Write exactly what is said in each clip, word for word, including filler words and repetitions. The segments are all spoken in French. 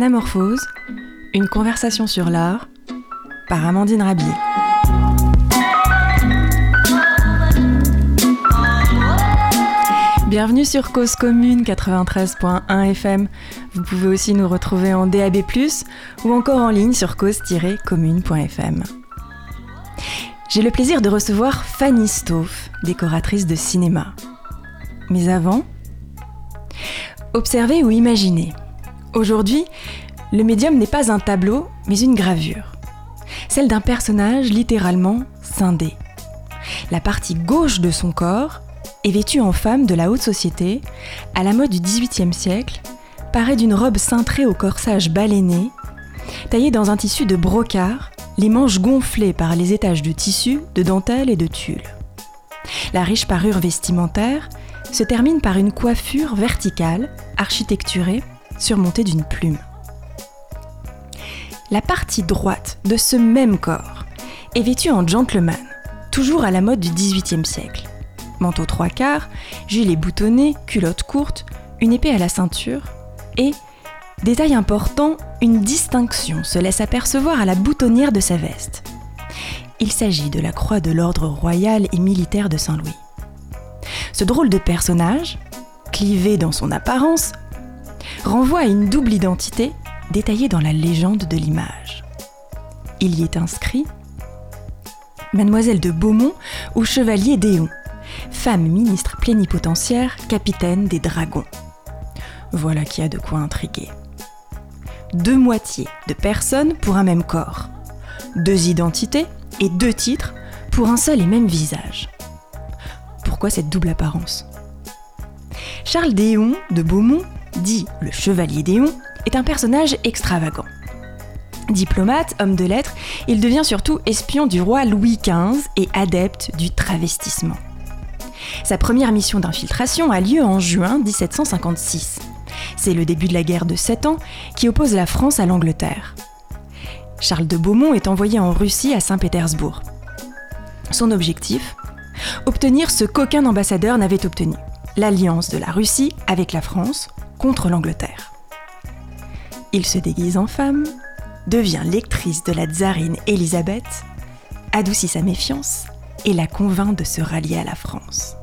Anamorphose, une conversation sur l'art, par Amandine Rabier. Bienvenue sur Cause Commune quatre-vingt-treize point un F M. Vous pouvez aussi nous retrouver en D A B plus, ou encore en ligne sur cause tiret commune point f m. J'ai le plaisir de recevoir Fanny Stauff, décoratrice de cinéma. Mais avant, observez ou imaginez. Aujourd'hui, le médium n'est pas un tableau, mais une gravure. Celle d'un personnage littéralement scindé. La partie gauche de son corps est vêtue en femme de la haute société, à la mode du dix-huitième siècle, parée d'une robe cintrée au corsage baleiné, taillée dans un tissu de brocart, les manches gonflées par les étages de tissu, de dentelle et de tulle. La riche parure vestimentaire se termine par une coiffure verticale, architecturée, surmontée d'une plume. La partie droite de ce même corps est vêtue en gentleman, toujours à la mode du dix-huitième siècle. Manteau trois quarts, gilet boutonné, culotte courte, une épée à la ceinture et, détail important, une distinction se laisse apercevoir à la boutonnière de sa veste. Il s'agit de la croix de l'ordre royal et militaire de Saint-Louis. Ce drôle de personnage, clivé dans son apparence, renvoie à une double identité détaillée dans la légende de l'image. Il y est inscrit « Mademoiselle de Beaumont ou Chevalier d'Éon, femme ministre plénipotentiaire, capitaine des dragons ». Voilà qui a de quoi intriguer. Deux moitiés de personnes pour un même corps. Deux identités et deux titres pour un seul et même visage. Pourquoi cette double apparence ? Charles d'Éon de Beaumont, dit le Chevalier d'Éon, est un personnage extravagant. Diplomate, homme de lettres, il devient surtout espion du roi Louis quinze et adepte du travestissement. Sa première mission d'infiltration a lieu en juin dix-sept cent cinquante-six. C'est le début de la guerre de Sept Ans qui oppose la France à l'Angleterre. Charles de Beaumont est envoyé en Russie à Saint-Pétersbourg. Son objectif ? Obtenir ce qu'aucun ambassadeur n'avait obtenu, l'alliance de la Russie avec la France contre l'Angleterre. Il se déguise en femme, devient lectrice de la tsarine Élisabeth, adoucit sa méfiance et la convainc de se rallier à la France.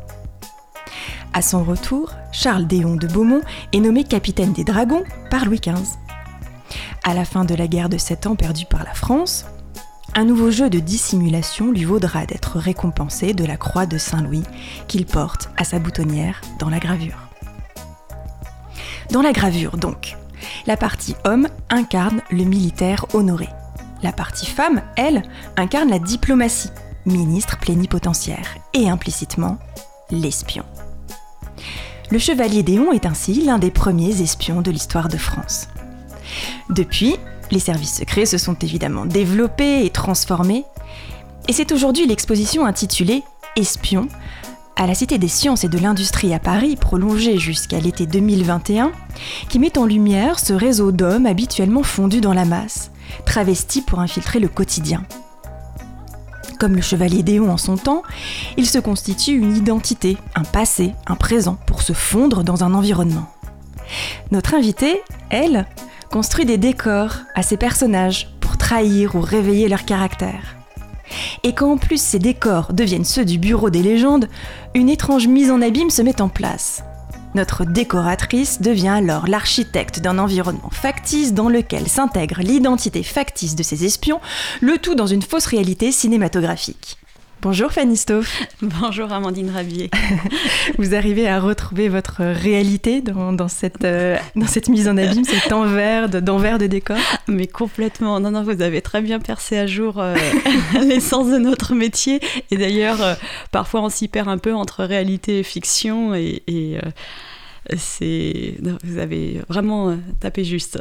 À son retour, Charles d'Éon de Beaumont est nommé capitaine des dragons par Louis quinze. À la fin de la guerre de Sept Ans perdue par la France, un nouveau jeu de dissimulation lui vaudra d'être récompensé de la croix de Saint-Louis qu'il porte à sa boutonnière dans la gravure. Dans la gravure, donc, la partie homme incarne le militaire honoré. La partie femme, elle, incarne la diplomatie, ministre plénipotentiaire, et implicitement, l'espion. Le Chevalier d'Éon est ainsi l'un des premiers espions de l'histoire de France. Depuis, les services secrets se sont évidemment développés et transformés, et c'est aujourd'hui l'exposition intitulée « Espions » à la Cité des Sciences et de l'Industrie à Paris, prolongée jusqu'à l'été deux mille vingt et un, qui met en lumière ce réseau d'hommes habituellement fondus dans la masse, travestis pour infiltrer le quotidien. Comme le Chevalier d'Éon en son temps, il se constitue une identité, un passé, un présent pour se fondre dans un environnement. Notre invitée, elle, construit des décors à ses personnages pour trahir ou réveiller leur caractère. Et quand en plus ces décors deviennent ceux du bureau des légendes, une étrange mise en abîme se met en place. Notre décoratrice devient alors l'architecte d'un environnement factice dans lequel s'intègre l'identité factice de ses espions, le tout dans une fausse réalité cinématographique. Bonjour Fanny Stauff. Bonjour Amandine Rabier. Vous arrivez à retrouver votre réalité dans, dans, cette, euh, dans cette mise en abîme, cet envers de, d'envers de décor ? Mais complètement. Non, non, vous avez très bien percé à jour euh, l'essence de notre métier. Et d'ailleurs, euh, parfois on s'y perd un peu entre réalité et fiction. Et, et euh, c'est... Non, vous avez vraiment euh, tapé juste.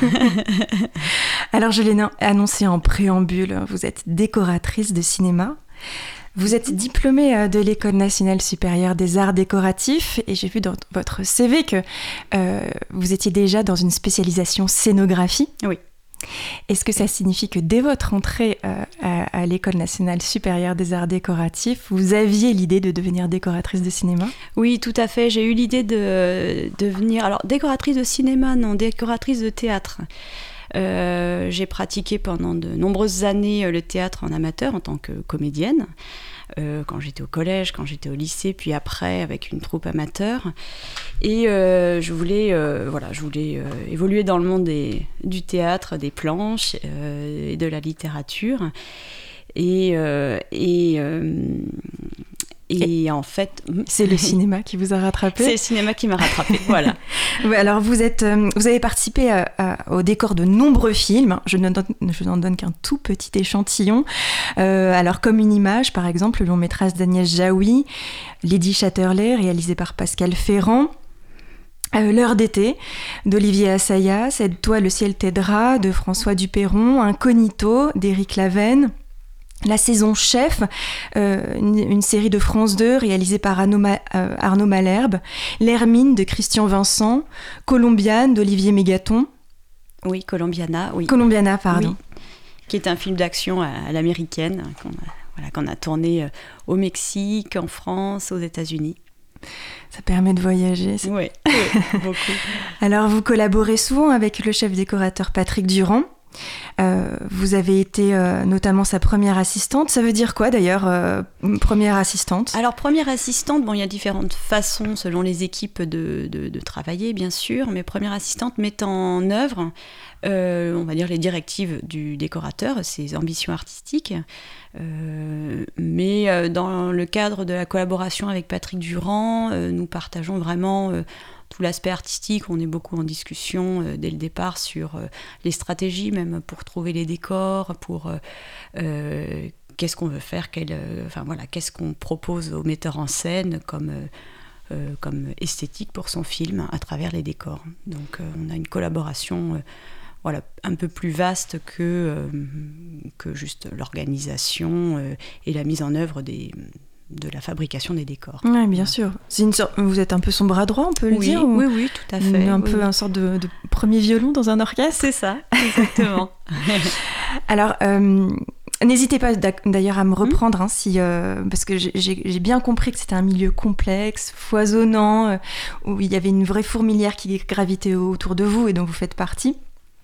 Alors je l'ai annoncé en préambule, vous êtes décoratrice de cinéma. Vous êtes diplômée de l'École nationale supérieure des arts décoratifs et j'ai vu dans votre C V que euh, vous étiez déjà dans une spécialisation scénographie. Oui. Est-ce que ça signifie que dès votre entrée euh, à, à l'École nationale supérieure des arts décoratifs, vous aviez l'idée de devenir décoratrice de cinéma ? Oui, tout à fait. J'ai eu l'idée de devenir... Alors, décoratrice de cinéma, non, décoratrice de théâtre. Euh, j'ai pratiqué pendant de nombreuses années le théâtre en amateur en tant que comédienne. Euh, quand j'étais au collège, quand j'étais au lycée, puis après avec une troupe amateur. Et euh, je voulais, euh, voilà, je voulais euh, évoluer dans le monde des, du théâtre, des planches euh, et de la littérature. Et, euh, et, euh, et, et en fait... C'est le cinéma qui vous a rattrapé ? C'est le cinéma qui m'a rattrapé, voilà. Alors vous, êtes, euh, vous avez participé à, à, au décor de nombreux films, je, ne donne, je n'en donne qu'un tout petit échantillon. Euh, alors comme une image, par exemple, le long métrage d'Agnès Jaoui, Lady Chatterley, réalisé par Pascal Ferrand. Euh, L'heure d'été d'Olivier Assayas, Aide-toi, le ciel t'aidera de François Duperron, Incognito d'Éric Lavenne. La saison Chef, euh, une, une série de France deux réalisée par Arnaud, Ma, euh, Arnaud Malherbe, L'Hermine de Christian Vincent, Colombiane d'Olivier Mégaton. Oui, Colombiana, oui. Colombiana, pardon. Oui, qui est un film d'action à, à l'américaine, qu'on a, voilà, qu'on a tourné au Mexique, en France, aux États-Unis. Ça permet de voyager. Oui, oui, beaucoup. Alors, vous collaborez souvent avec le chef décorateur Patrick Durand. Euh, vous avez été euh, notamment sa première assistante. Ça veut dire quoi d'ailleurs, euh, première assistante ? Alors première assistante, bon, il y a différentes façons selon les équipes de, de, de travailler bien sûr, mais première assistante met en œuvre, euh, on va dire les directives du décorateur, ses ambitions artistiques. Euh, mais euh, dans le cadre de la collaboration avec Patrick Durand, euh, nous partageons vraiment euh, tout l'aspect artistique. On est beaucoup en discussion euh, dès le départ sur euh, les stratégies, même pour trouver les décors, pour euh, euh, qu'est-ce qu'on veut faire, quel, euh, enfin, voilà, qu'est-ce qu'on propose au metteur en scène comme, euh, euh, comme esthétique pour son film à travers les décors. Donc euh, on a une collaboration euh, voilà, un peu plus vaste que, euh, que juste l'organisation euh, et la mise en œuvre des, de la fabrication des décors. Oui, bien sûr. C'est une sorte, vous êtes un peu son bras droit, on peut le oui, dire ou... Oui, oui, tout à fait. Un oui, peu oui. un sorte de, de premier violon dans un orchestre. C'est ça, exactement. Alors, euh, n'hésitez pas d'ailleurs à me reprendre, mmh. hein, si, euh, parce que j'ai, j'ai bien compris que c'était un milieu complexe, foisonnant, euh, où il y avait une vraie fourmilière qui gravitait autour de vous et dont vous faites partie.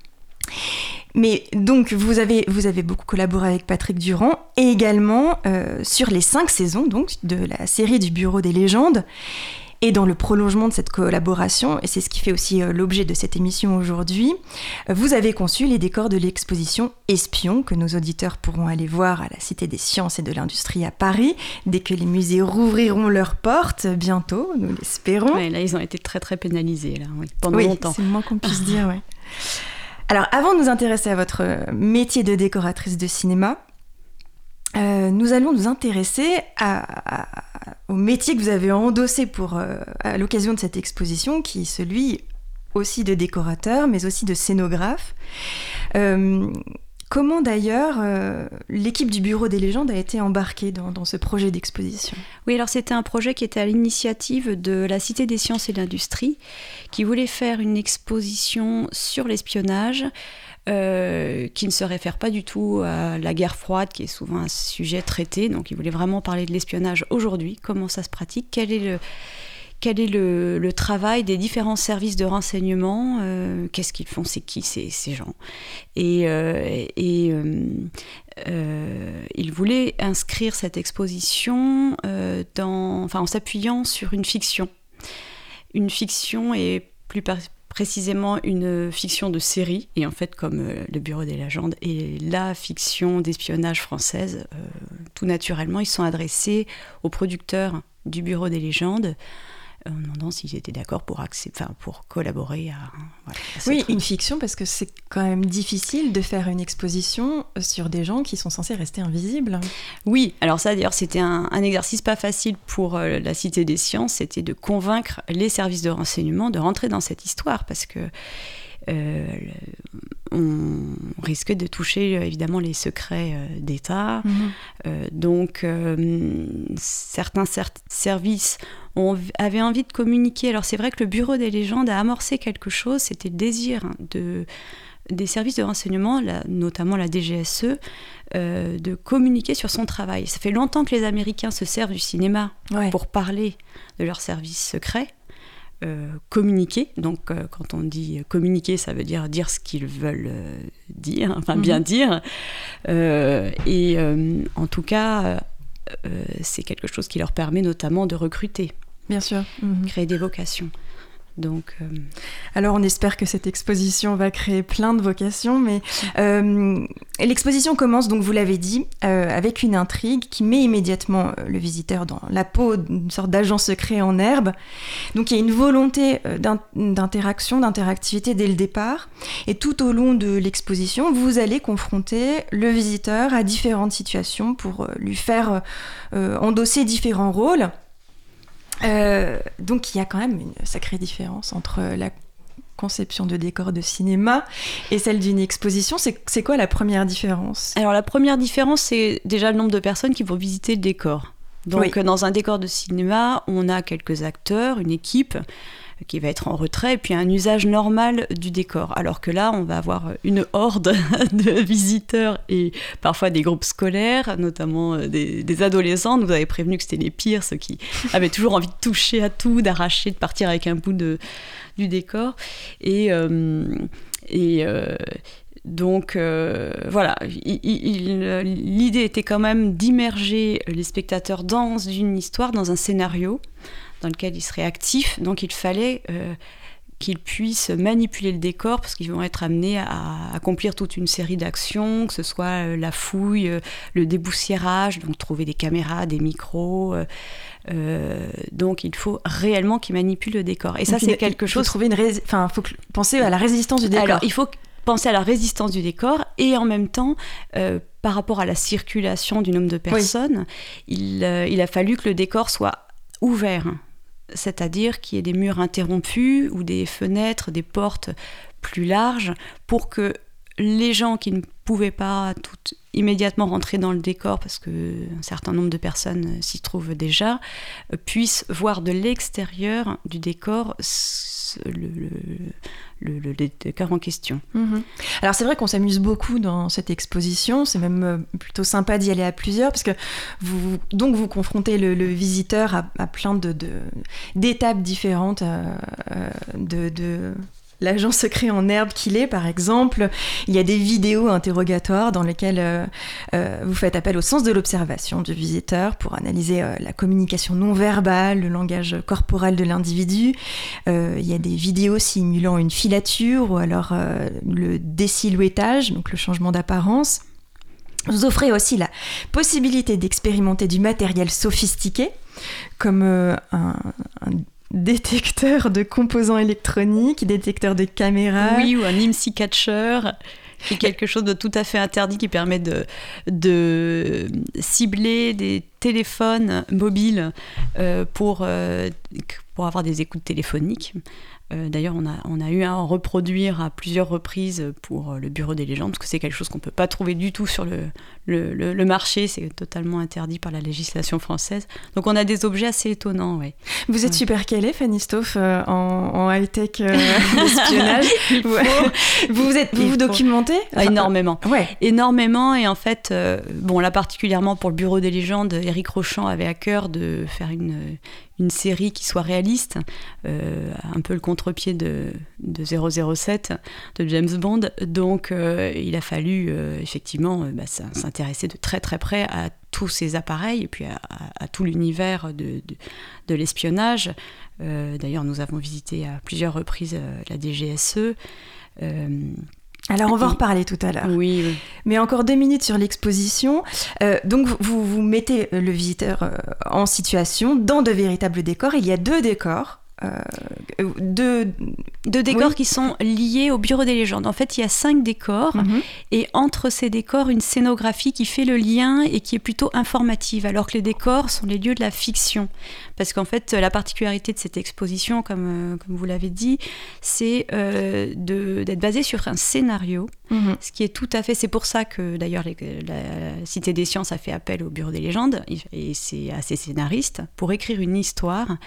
Mais donc, vous avez, vous avez beaucoup collaboré avec Patrick Durand et également euh, sur les cinq saisons donc, de la série du Bureau des légendes. Et dans le prolongement de cette collaboration, et c'est ce qui fait aussi euh, l'objet de cette émission aujourd'hui, euh, vous avez conçu les décors de l'exposition Espion, que nos auditeurs pourront aller voir à la Cité des Sciences et de l'Industrie à Paris, dès que les musées rouvriront leurs portes bientôt, nous l'espérons. Ouais, là, ils ont été très très pénalisés là, oui, pendant oui, longtemps. C'est le moins qu'on puisse dire, oui. Alors, avant de nous intéresser à votre métier de décoratrice de cinéma, euh, nous allons nous intéresser à, à, au métier que vous avez endossé pour, euh, à l'occasion de cette exposition, qui est celui aussi de décorateur, mais aussi de scénographe. Euh, comment d'ailleurs euh, l'équipe du Bureau des légendes a été embarquée dans, dans ce projet d'exposition ? Oui, alors c'était un projet qui était à l'initiative de la Cité des Sciences et de l'Industrie, qui voulait faire une exposition sur l'espionnage, euh, qui ne se réfère pas du tout à la guerre froide, qui est souvent un sujet traité. Donc, ils voulaient vraiment parler de l'espionnage aujourd'hui, comment ça se pratique, quel est le, quel est le, le travail des différents services de renseignement, euh, qu'est-ce qu'ils font, c'est qui ces, ces gens. Et, euh, et euh, euh, ils voulaient inscrire cette exposition euh, dans, enfin, en s'appuyant sur une fiction. Une fiction et plus par- précisément une fiction de série, et en fait comme euh, le Bureau des légendes est la fiction d'espionnage française, euh, tout naturellement ils sont adressés aux producteurs du Bureau des légendes en demandant s'ils étaient d'accord pour, accé- enfin, pour collaborer à, voilà, à Oui, truc. Une fiction, parce que c'est quand même difficile de faire une exposition sur des gens qui sont censés rester invisibles. Oui, alors ça d'ailleurs c'était un, un exercice pas facile pour euh, la Cité des Sciences, c'était de convaincre les services de renseignement de rentrer dans cette histoire, parce que euh, on risque de toucher évidemment les secrets euh, d'État. Mmh. Euh, donc euh, certains cer- services ont, avaient envie de communiquer. Alors c'est vrai que le Bureau des légendes a amorcé quelque chose, c'était le désir de, des services de renseignement, la, notamment la D G S E, euh, de communiquer sur son travail. Ça fait longtemps que les Américains se servent du cinéma ouais. pour parler de leurs services secrets. Euh, communiquer, donc euh, quand on dit communiquer, ça veut dire dire ce qu'ils veulent euh, dire, enfin mmh. bien dire, euh, et euh, en tout cas, euh, c'est quelque chose qui leur permet notamment de recruter, bien sûr, mmh. créer des vocations. Donc, euh... alors on espère que cette exposition va créer plein de vocations, mais euh, l'exposition commence, donc vous l'avez dit, euh, avec une intrigue qui met immédiatement euh, le visiteur dans la peau d'une sorte d'agent secret en herbe. Donc il y a une volonté euh, d'in- d'interaction, d'interactivité dès le départ, et tout au long de l'exposition, vous allez confronter le visiteur à différentes situations pour euh, lui faire euh, endosser différents rôles. Euh, donc il y a quand même une sacrée différence entre la conception de décor de cinéma et celle d'une exposition. C'est, c'est quoi la première différence ? Alors la première différence, c'est déjà le nombre de personnes qui vont visiter le décor. Donc oui. Dans un décor de cinéma, on a quelques acteurs, une équipe qui va être en retrait, et puis un usage normal du décor. Alors que là, on va avoir une horde de visiteurs et parfois des groupes scolaires, notamment des, des adolescents. Nous avait prévenu que c'était les pires, ceux qui avaient toujours envie de toucher à tout, d'arracher, de partir avec un bout de, du décor. Et... Euh, et euh, Donc euh, voilà, il, il, l'idée était quand même d'immerger les spectateurs dans une histoire, dans un scénario dans lequel ils seraient actifs. Donc il fallait euh, qu'ils puissent manipuler le décor parce qu'ils vont être amenés à accomplir toute une série d'actions, que ce soit euh, la fouille, euh, le déboussiérage, donc trouver des caméras, des micros. Euh, euh, donc il faut réellement qu'ils manipulent le décor. Et ça, donc, c'est quelque il chose... Faut trouver une rés... enfin, faut penser à la résistance du décor. Alors il faut penser à la résistance du décor et en même temps, euh, par rapport à la circulation du nombre de personnes, oui. il, euh, il a fallu que le décor soit ouvert. C'est-à-dire qu'il y ait des murs interrompus ou des fenêtres, des portes plus larges pour que les gens qui ne pouvaient pas tout immédiatement rentrer dans le décor parce qu'un certain nombre de personnes s'y trouvent déjà, puissent voir de l'extérieur du décor le, le, le, le décor en question. Mmh. Alors c'est vrai qu'on s'amuse beaucoup dans cette exposition, c'est même plutôt sympa d'y aller à plusieurs parce que vous, donc vous confrontez le, le visiteur à, à plein de, de, d'étapes différentes euh, de... de... l'agent secret en herbe qu'il est, par exemple. Il y a des vidéos interrogatoires dans lesquelles euh, euh, vous faites appel au sens de l'observation du visiteur pour analyser euh, la communication non verbale, le langage corporel de l'individu. Euh, il y a des vidéos simulant une filature ou alors euh, le désilhouettage, donc le changement d'apparence. Vous offrez aussi la possibilité d'expérimenter du matériel sophistiqué, comme euh, un, un détecteur de composants électroniques, détecteur de caméras. Oui, ou un I M S I catcher, qui est quelque chose de tout à fait interdit, qui permet de, de cibler des téléphones mobiles euh, pour, euh, pour avoir des écoutes téléphoniques. Euh, d'ailleurs, on a, on a eu à en reproduire à plusieurs reprises pour le Bureau des légendes, parce que c'est quelque chose qu'on ne peut pas trouver du tout sur le, le, le, le marché, c'est totalement interdit par la législation française. Donc on a des objets assez étonnants, oui. Vous êtes ouais. super calée, Fanny Stauff, euh, en, en high-tech euh, d'espionnage. vous, vous, êtes, vous, vous documentez enfin, Énormément. Ouais. Énormément, et en fait, euh, bon, là particulièrement pour le Bureau des légendes, Éric Rochant avait à cœur de faire une... une série qui soit réaliste, euh, un peu le contre-pied de, de zéro zéro sept, de James Bond. Donc, euh, il a fallu euh, effectivement euh, bah, s'intéresser de très très près à tous ces appareils et puis à, à, à tout l'univers de, de, de l'espionnage. Euh, d'ailleurs, nous avons visité à plusieurs reprises euh, la D G S E. Euh, Alors, on va en reparler tout à l'heure. Oui, oui. Mais encore deux minutes sur l'exposition. Euh, donc, vous, vous mettez le visiteur euh, en situation dans de véritables décors. Il y a deux décors. Euh, deux... deux décors oui. qui sont liés au Bureau des légendes. En fait, il y a cinq décors mm-hmm. et entre ces décors, une scénographie qui fait le lien et qui est plutôt informative, alors que les décors sont les lieux de la fiction. Parce qu'en fait, la particularité de cette exposition, comme, euh, comme vous l'avez dit, c'est euh, de, d'être basée sur un scénario, mm-hmm. ce qui est tout à fait... C'est pour ça que, d'ailleurs, les, la Cité des Sciences a fait appel au Bureau des légendes et c'est à ces scénaristes pour écrire une histoire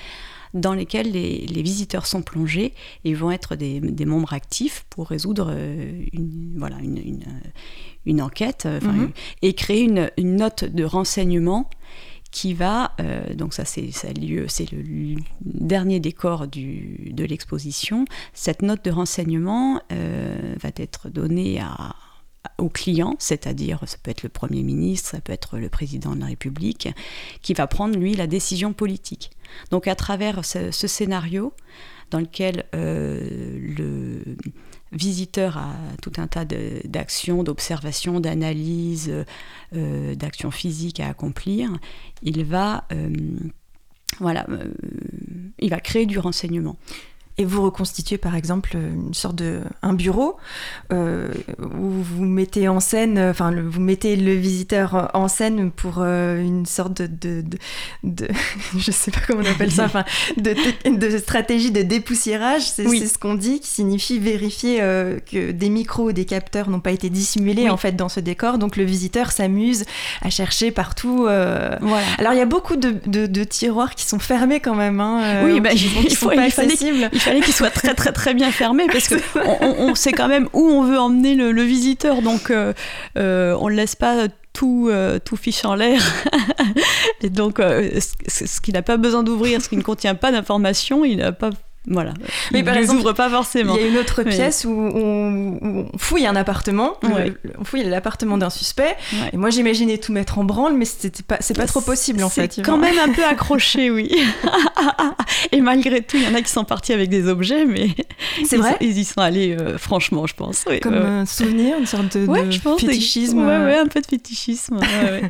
dans lesquels les, les visiteurs sont plongés et vont être des, des membres actifs pour résoudre une, voilà, une, une, une enquête enfin, mm-hmm. et créer une, une note de renseignement qui va, euh, donc ça c'est, ça lieu, c'est le, le dernier décor du, de l'exposition. Cette note de renseignement euh, va être donnée à, au client, c'est-à-dire ça peut être le Premier ministre, ça peut être le Président de la République, qui va prendre lui la décision politique. Donc à travers ce, ce scénario dans lequel euh, le visiteur a tout un tas de, d'actions, d'observations, d'analyses, euh, d'actions physiques à accomplir, il va, euh, voilà, euh, il va créer du renseignement. Et vous reconstituez par exemple une sorte de un bureau euh, où vous mettez en scène, enfin le, vous mettez le visiteur en scène pour euh, une sorte de, de, de, de je sais pas comment on appelle ça, enfin de, de, de stratégie de dépoussiérage. C'est, oui. c'est ce qu'on dit, qui signifie vérifier euh, que des micros ou des capteurs n'ont pas été dissimulés oui. en fait dans ce décor. Donc le visiteur s'amuse à chercher partout. Euh... Voilà. Alors il y a beaucoup de, de, de tiroirs qui sont fermés quand même. Hein, euh, oui, bah, qui, il, qui faut, sont pas il fallait, accessibles. Il fallait qu'il soit très très très bien fermé parce que on, on sait quand même où on veut emmener le, le visiteur, donc euh, euh, on ne laisse pas tout, euh, tout fiche en l'air. Et donc euh, ce, ce qui n'a pas besoin d'ouvrir, ce qui ne contient pas d'informations, il n'a pas... Voilà, mais il par ne les exemple, ouvre pas forcément. Il y a une autre mais... pièce où on, où on fouille un appartement, ouais. le, on fouille l'appartement d'un suspect, ouais. et moi j'imaginais tout mettre en branle, mais c'était pas, c'est pas trop possible en c'est fait. C'est quand même un peu accroché, oui. Et malgré tout, il y en a qui sont partis avec des objets, mais c'est ils, vrai ils y sont allés euh, franchement, je pense. Oui, Comme ouais. un souvenir, une sorte de, ouais, de je pense, fétichisme. Ouais, ouais, un peu de fétichisme. Ouais,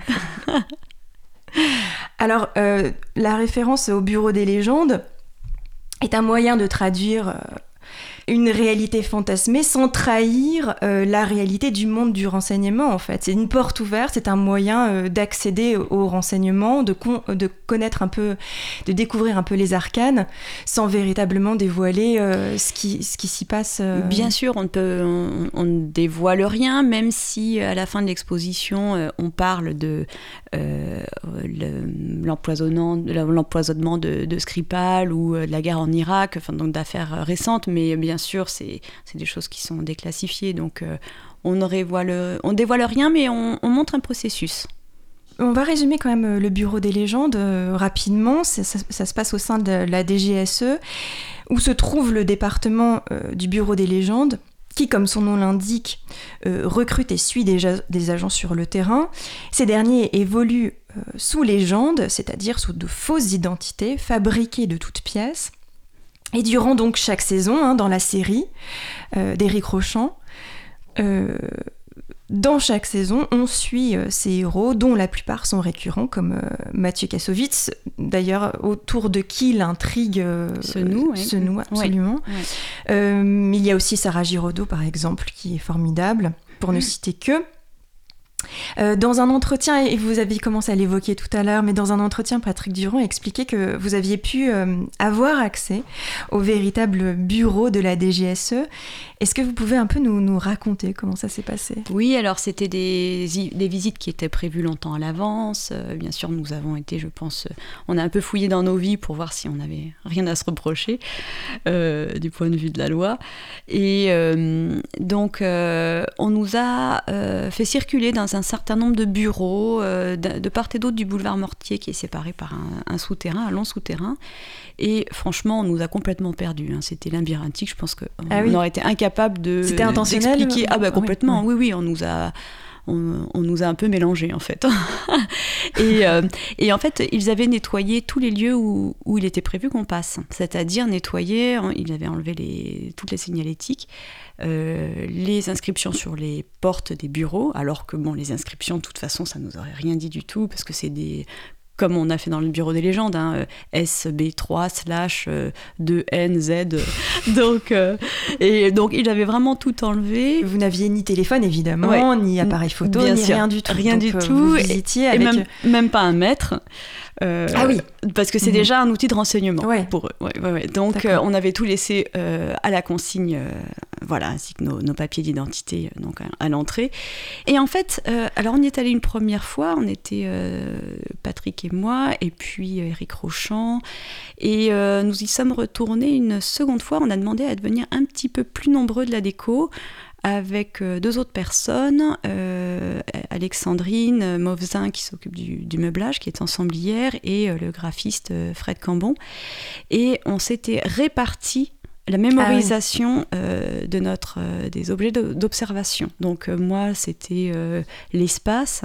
ouais. Alors, euh, la référence au Bureau des légendes est un moyen de traduire euh, une réalité fantasmée sans trahir euh, la réalité du monde du renseignement, en fait. C'est une porte ouverte, c'est un moyen euh, d'accéder au renseignement, de, con- de connaître un peu, de découvrir un peu les arcanes, sans véritablement dévoiler euh, ce, qui, ce qui s'y passe. Euh... Bien sûr, on ne peut, on, on ne dévoile rien, même si à la fin de l'exposition, euh, on parle de euh, le, l'empoisonnement, l'empoisonnement de, de Skripal ou de la guerre en Irak, enfin, donc d'affaires récentes, mais bien sûr, c'est, c'est des choses qui sont déclassifiées, donc euh, on ne dévoile, on dévoile rien, mais on, on montre un processus. On va résumer quand même le Bureau des légendes euh, rapidement. Ça, ça, ça se passe au sein de la D G S E, où se trouve le département euh, du Bureau des légendes, qui, comme son nom l'indique, euh, recrute et suit des, ja- des agents sur le terrain. Ces derniers évoluent euh, sous légende, c'est-à-dire sous de fausses identités, fabriquées de toutes pièces. Et durant donc chaque saison, hein, dans la série euh, d'Éric Rochant, euh, dans chaque saison, on suit euh, ces héros, dont la plupart sont récurrents, comme euh, Mathieu Kassovitz, d'ailleurs autour de qui l'intrigue euh, se noue, se noue absolument. Ouais, ouais. Euh, il y a aussi Sarah Giraudot, par exemple, qui est formidable, pour ne citer que. Euh, dans un entretien, et vous avez commencé à l'évoquer tout à l'heure, mais dans un entretien, Patrick Durand a expliqué que vous aviez pu euh, avoir accès au véritable bureau de la D G S E. Est-ce que vous pouvez un peu nous, nous raconter comment ça s'est passé ? Oui, alors c'était des, des visites qui étaient prévues longtemps à l'avance. Euh, bien sûr, nous avons été, je pense, euh, on a un peu fouillé dans nos vies pour voir si on n'avait rien à se reprocher euh, du point de vue de la loi. Et euh, donc, euh, on nous a euh, fait circuler dans un certain nombre de bureaux euh, de, de part et d'autre du boulevard Mortier, qui est séparé par un, un souterrain, un long souterrain. Et franchement, on nous a complètement perdus. Hein. C'était labyrinthique. Je pense qu'on ah oui. aurait été incapable de C'était intentionnel, d'expliquer. Ah bah complètement. Oui, oui, oui, on nous a. On, on nous a un peu mélangés en fait. et, euh, et en fait, ils avaient nettoyé tous les lieux où, où il était prévu qu'on passe. C'est-à-dire nettoyer, ils avaient enlevé les, toutes les signalétiques, euh, les inscriptions sur les portes des bureaux, alors que bon, les inscriptions, de toute façon, ça nous aurait rien dit du tout, parce que c'est des... comme on a fait dans le Bureau des légendes, hein, S B trois slash deux N Z. Donc, euh, et donc, il avait vraiment tout enlevé. Vous n'aviez ni téléphone, évidemment, ouais. ni appareil photo, Bien ni sûr. rien du tout. Rien donc, du euh, tout. Vous visitiez et, avec... et même, même pas un mètre. Euh, ah oui. Parce que c'est mmh. déjà un outil de renseignement ouais. pour eux. Ouais, ouais, ouais. Donc, euh, on avait tout laissé euh, à la consigne, euh, voilà, ainsi que nos, nos papiers d'identité donc à, à l'entrée. Et en fait, euh, alors on y est allé une première fois, on était euh, Patrick et moi, et puis Éric Rochant, et euh, nous y sommes retournés une seconde fois. On a demandé à devenir un petit peu plus nombreux de la déco, avec euh, deux autres personnes, euh, Alexandrine Mauvezin qui s'occupe du, du meublage, qui est ensemblière, et euh, le graphiste euh, Fred Cambon. Et on s'était répartis la mémorisation ah oui. euh, de notre, euh, des objets de, d'observation. Donc euh, moi, c'était euh, l'espace,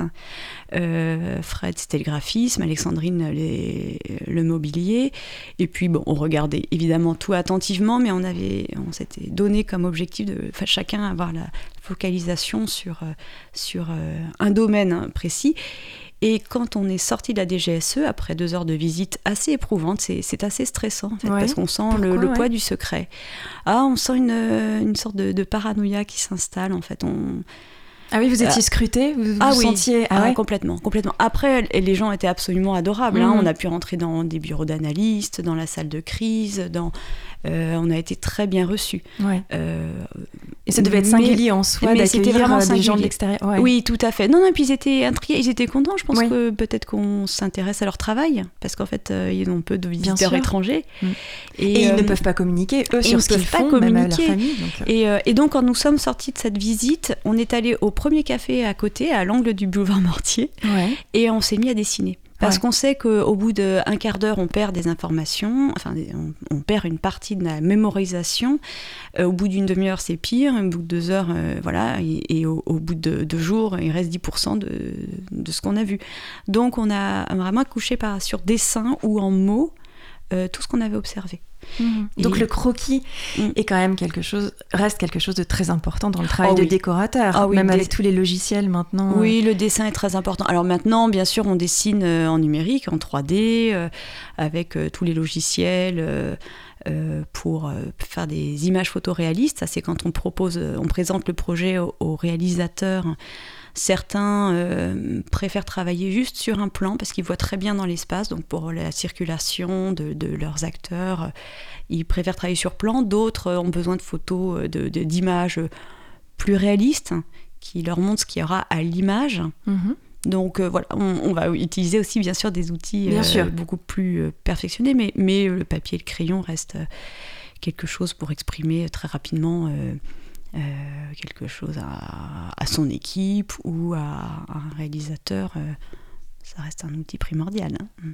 euh, Fred, c'était le graphisme, Alexandrine, les, le mobilier. Et puis, bon, on regardait évidemment tout attentivement, mais on, avait, on s'était donné comme objectif de chacun avoir la focalisation sur, sur euh, un domaine précis. Et quand on est sorti de la D G S E, après deux heures de visite assez éprouvante, c'est, c'est assez stressant, en fait, ouais. parce qu'on sent Pourquoi, le, le ouais. poids du secret. Ah, on sent une, une sorte de, de paranoïa qui s'installe, en fait. On... Ah oui, vous étiez scruté, vous, vous ah vous oui. sentiez... Ah, ah ouais. complètement, complètement. Après, les gens étaient absolument adorables. Mmh. Hein. On a pu rentrer dans des bureaux d'analystes, dans la salle de crise, dans... Euh, on a été très bien reçus. Ouais. Euh, et ça devait être singulier mais, en soi mais d'accueillir c'était vraiment des singulier. gens de l'extérieur. Ouais. Oui, tout à fait. Non, non, et puis ils étaient intrigués, ils étaient contents. Je pense oui. que peut-être qu'on s'intéresse à leur travail, parce qu'en fait, euh, ils ont peu de visiteurs étrangers. Mmh. Et, et euh, ils ne peuvent pas communiquer, eux, sur ce qu'ils font, communiquer. Même à leur famille. Donc... Et, euh, et donc, quand nous sommes sortis de cette visite, on est allé au premier café à côté, à l'angle du boulevard Mortier, ouais. et on s'est mis à dessiner. Parce ouais. qu'on sait qu'au bout d'un quart d'heure, on perd des informations, enfin, on, on perd une partie de la mémorisation. Euh, au bout d'une demi-heure, c'est pire. Au bout de deux heures, euh, voilà. Et, et au, au bout de deux jours, il reste dix pour cent de, de ce qu'on a vu. Donc, on a vraiment couché par, sur dessin ou en mots euh, tout ce qu'on avait observé. Mmh. Donc, et... le croquis mmh. est quand même quelque chose, reste quelque chose de très important dans le travail oh, de oui. décorateur, ah, oui, même des... avec tous les logiciels maintenant. Oui, le dessin est très important. Alors maintenant, bien sûr, on dessine euh, en numérique, en trois D, euh, avec euh, tous les logiciels euh, euh, pour euh, faire des images photoréalistes. Ça, c'est quand on propose, euh, on présente le projet au, au réalisateur. Certains euh, préfèrent travailler juste sur un plan parce qu'ils voient très bien dans l'espace, donc pour la circulation de, de leurs acteurs, euh, ils préfèrent travailler sur plan. D'autres euh, ont besoin de photos, de, de, d'images plus réalistes qui leur montrent ce qu'il y aura à l'image. Mm-hmm. Donc euh, voilà, on, on va utiliser aussi bien sûr des outils bien euh, sûr. beaucoup plus euh, perfectionnés, mais, mais le papier et le crayon restent euh, quelque chose pour exprimer très rapidement euh, Euh, quelque chose à, à son équipe ou à, à un réalisateur, euh, ça reste un outil primordial. Hein.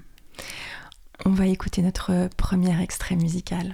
On va écouter notre premier extrait musical.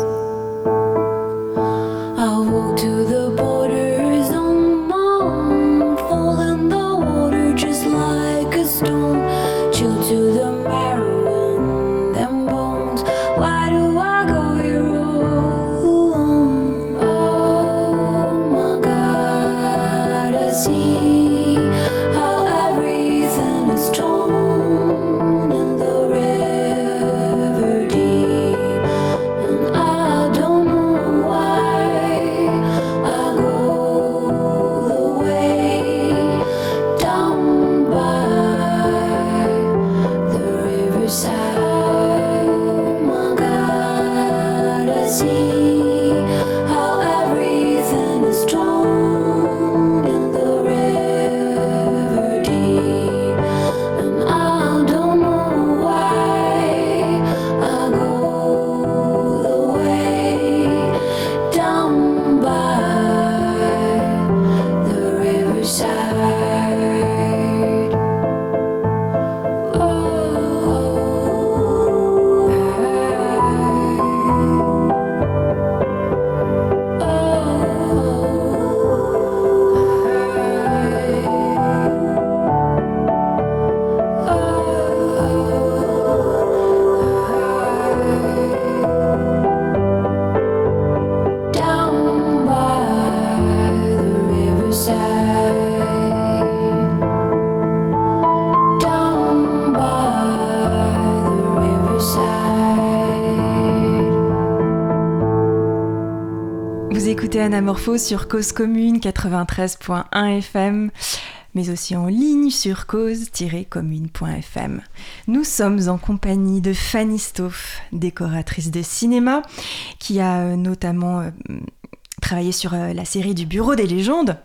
I'll walk to the borders on my own. Vous écoutez Anamorphose sur Cause Commune quatre-vingt-treize point un F M, mais aussi en ligne sur cause tiret commune point f m. Nous sommes en compagnie de Fanny Stauff, décoratrice de cinéma, qui a notamment euh, travaillé sur euh, la série du Bureau des légendes,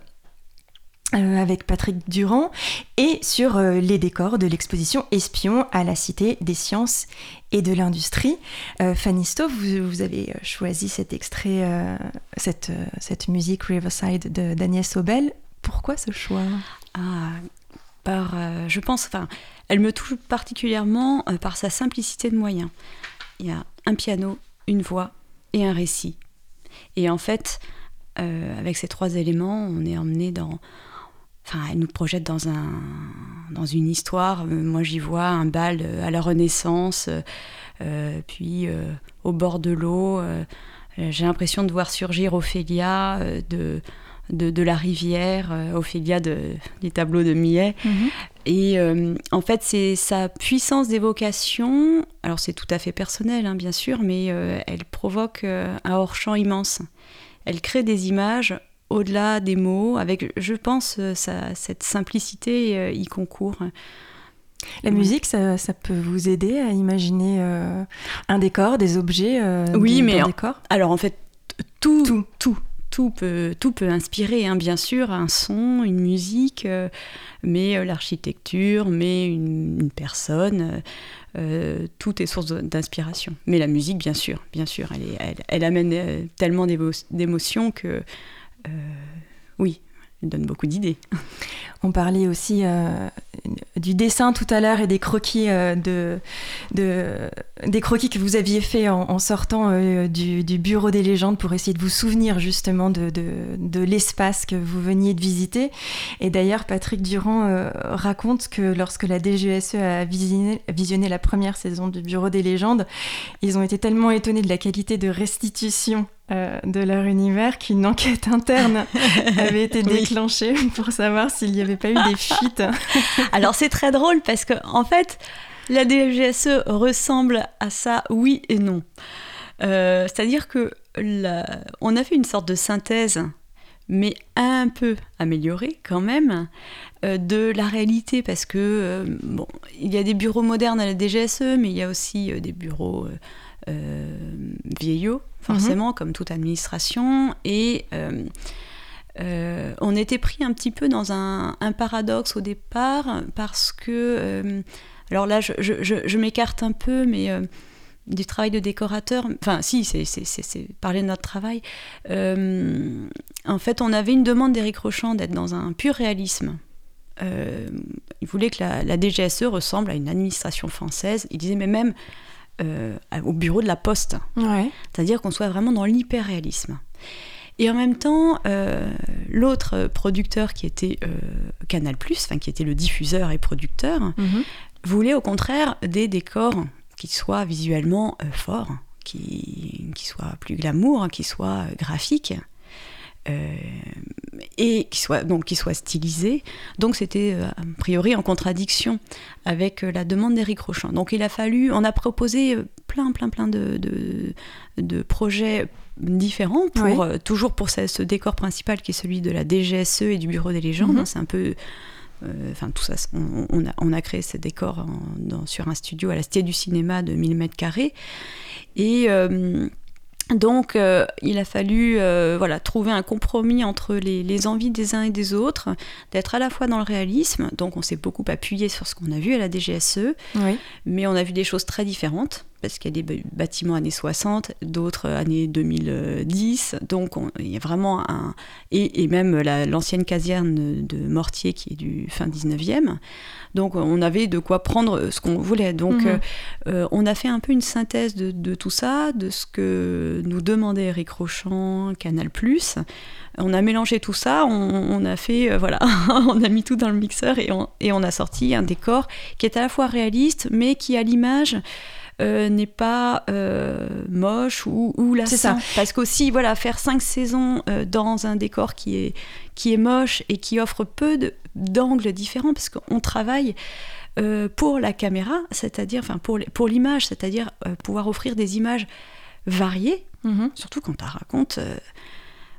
Euh, avec Patrick Durand, et sur euh, les décors de l'exposition Espion à la Cité des Sciences et de l'Industrie. Euh, Fanny Stauff, vous, vous avez choisi cet extrait, euh, cette, euh, cette musique Riverside de, d'Agnès Obel. Pourquoi ce choix ? Ah, par, euh, je pense, enfin, elle me touche particulièrement euh, par sa simplicité de moyens. Il y a un piano, une voix et un récit. Et en fait, euh, avec ces trois éléments, on est emmené dans... Enfin, elle nous projette dans, un, dans une histoire. Moi, j'y vois un bal à la Renaissance, euh, puis euh, au bord de l'eau. Euh, j'ai l'impression de voir surgir Ophélia euh, de, de, de la rivière, euh, Ophélia de, des tableaux de Millet. Mm-hmm. Et euh, en fait, c'est sa puissance d'évocation. Alors, c'est tout à fait personnel, hein, bien sûr, mais euh, elle provoque euh, un hors-champ immense. Elle crée des images au-delà des mots, avec, je pense, ça, cette simplicité euh, y concourt. La ouais. musique, ça, ça peut vous aider à imaginer euh, un décor, des objets euh, oui, de, mais d'un en, décor. Alors en fait, tout, tout, tout, tout peut, tout peut inspirer, hein, bien sûr, un son, une musique, euh, mais euh, l'architecture, mais une, une personne, euh, tout est source d'inspiration. Mais la musique, bien sûr, bien sûr, elle, est, elle, elle amène euh, tellement d'émo- d'émotions que Euh, oui, elle donne beaucoup d'idées. On parlait aussi euh, du dessin tout à l'heure et des croquis, euh, de, de, des croquis que vous aviez fait en, en sortant euh, du, du Bureau des légendes pour essayer de vous souvenir justement de, de, de l'espace que vous veniez de visiter. Et d'ailleurs, Patrick Durand euh, raconte que lorsque la D G S E a visionné, visionné la première saison du Bureau des légendes, ils ont été tellement étonnés de la qualité de restitution Euh, de leur univers qu'une enquête interne avait été déclenchée oui. pour savoir s'il n'y avait pas eu des fuites. Alors c'est très drôle parce que en fait la D G S E ressemble à ça, oui et non. Euh, c'est-à-dire que la... on a fait une sorte de synthèse, mais un peu améliorée quand même, euh, de la réalité, parce que euh, bon, il y a des bureaux modernes à la D G S E, mais il y a aussi euh, des bureaux euh, euh, vieillots, forcément, mm-hmm. comme toute administration, et euh, euh, on était pris un petit peu dans un, un paradoxe au départ, parce que, euh, alors là, je, je, je, je m'écarte un peu, mais euh, du travail de décorateur, enfin si, c'est, c'est, c'est, c'est parler de notre travail, euh, en fait, on avait une demande d'Éric Rochant d'être dans un pur réalisme. Euh, il voulait que la, la D G S E ressemble à une administration française, il disait, mais même Euh, au bureau de la Poste. Ouais. C'est-à-dire qu'on soit vraiment dans l'hyper-réalisme. Et en même temps, euh, l'autre producteur qui était euh, Canal plus, enfin qui était le diffuseur et producteur, mm-hmm. voulait au contraire des décors qui soient visuellement euh, forts, qui, qui soient plus glamour, qui soient graphiques. Euh, et qui soit donc qui soit stylisé, donc c'était euh, a priori en contradiction avec euh, la demande d'Éric Rochant. Donc il a fallu, on a proposé plein plein plein de de, de projets différents pour oui. euh, toujours pour ce, ce décor principal qui est celui de la D G S E et du Bureau des légendes. Mm-hmm. C'est un peu enfin euh, tout ça, on, on a on a créé ce décor en, dans, sur un studio à la Cité du Cinéma de mille mètres carrés et euh, Donc, euh, il a fallu euh, voilà, trouver un compromis entre les, les envies des uns et des autres, d'être à la fois dans le réalisme. Donc, on s'est beaucoup appuyé sur ce qu'on a vu à la D G S E, oui. mais on a vu des choses très différentes, parce qu'il y a des bâtiments années soixante, d'autres années deux mille dix. Donc, on, il y a vraiment un... Et, et même la, l'ancienne caserne de Mortier, qui est du fin dix-neuvième. Donc, on avait de quoi prendre ce qu'on voulait. Donc, mmh. euh, on a fait un peu une synthèse de, de tout ça, de ce que nous demandait Éric Rochant, Canal plus. On a mélangé tout ça, on, on a fait, euh, voilà, on a mis tout dans le mixeur et on, et on a sorti un décor qui est à la fois réaliste, mais qui, à l'image, euh, n'est pas euh, moche ou, ou lassant. C'est ça. Parce qu'aussi, voilà, faire cinq saisons euh, dans un décor qui est, qui est moche et qui offre peu de, d'angles différents, parce qu'on travaille euh, pour la caméra, c'est-à-dire, enfin pour, pour l'image, c'est-à-dire euh, pouvoir offrir des images variées, mm-hmm. surtout quand on raconte... Euh,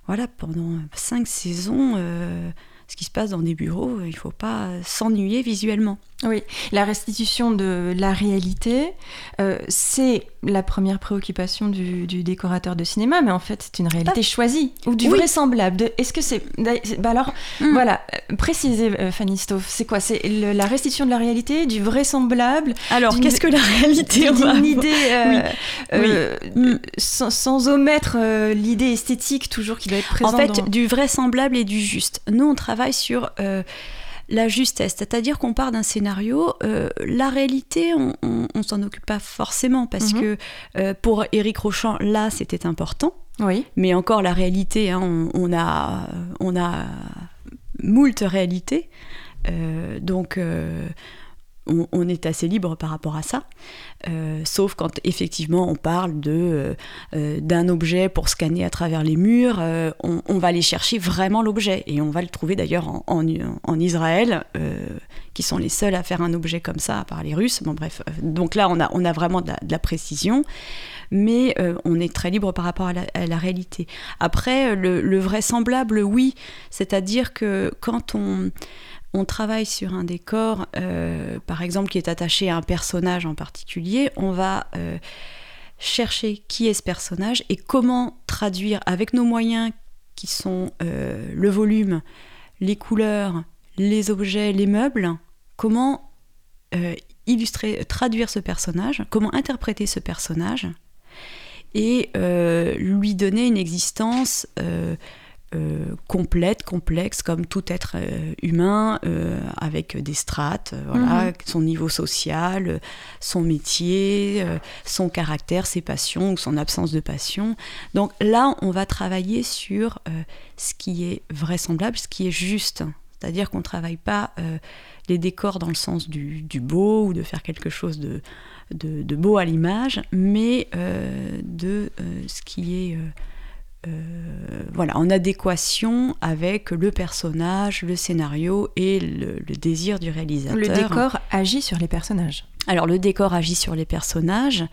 voilà, pendant cinq saisons, euh, ce qui se passe dans des bureaux, il ne faut pas s'ennuyer visuellement. Oui, la restitution de la réalité, euh, c'est la première préoccupation du, du décorateur de cinéma, mais en fait, c'est une réalité ah. choisie, ou du oui. vraisemblable. De, est-ce que c'est... Bah alors, mm. voilà, précisez, euh, Fanny Stauff, c'est quoi ? C'est le, la restitution de la réalité, du vraisemblable. Alors, qu'est-ce que la réalité ? D'une va... idée, euh, oui. Euh, oui. Mm. sans, sans omettre euh, l'idée esthétique, toujours, qui doit être présente. En fait, dans... du vraisemblable et du juste. Nous, on travaille sur... Euh, la justesse, c'est-à-dire qu'on part d'un scénario, euh, la réalité, on, on, on s'en occupe pas forcément parce mm-hmm. que euh, pour Éric Rochant, là, c'était important. Oui. Mais encore la réalité, hein, on, on a, on a moult réalités, euh, donc. Euh, On, on est assez libre par rapport à ça, euh, sauf quand effectivement on parle de, euh, d'un objet pour scanner à travers les murs, euh, on, on va aller chercher vraiment l'objet, et on va le trouver d'ailleurs en, en, en Israël, euh, qui sont les seuls à faire un objet comme ça, à part les Russes. Bon bref, donc là on a, on a vraiment de la, de la précision, mais euh, on est très libre par rapport à la, à la réalité. Après, le, le vraisemblable, oui, c'est-à-dire que quand on... on travaille sur un décor, euh, par exemple, qui est attaché à un personnage en particulier, on va euh, chercher qui est ce personnage et comment traduire avec nos moyens qui sont euh, le volume, les couleurs, les objets, les meubles, comment euh, illustrer, traduire ce personnage, comment interpréter ce personnage et euh, lui donner une existence euh, Euh, complète, complexe, comme tout être euh, humain, euh, avec des strates, euh, voilà, mmh. son niveau social, son métier, euh, son caractère, ses passions ou son absence de passion. Donc là, on va travailler sur euh, ce qui est vraisemblable, ce qui est juste. C'est-à-dire qu'on ne travaille pas euh, les décors dans le sens du, du beau ou de faire quelque chose de, de, de beau à l'image, mais euh, de euh, ce qui est... Euh, Euh, voilà, en adéquation avec le personnage, le scénario et le, le désir du réalisateur. Le décor agit sur les personnages. Alors le décor agit sur les personnages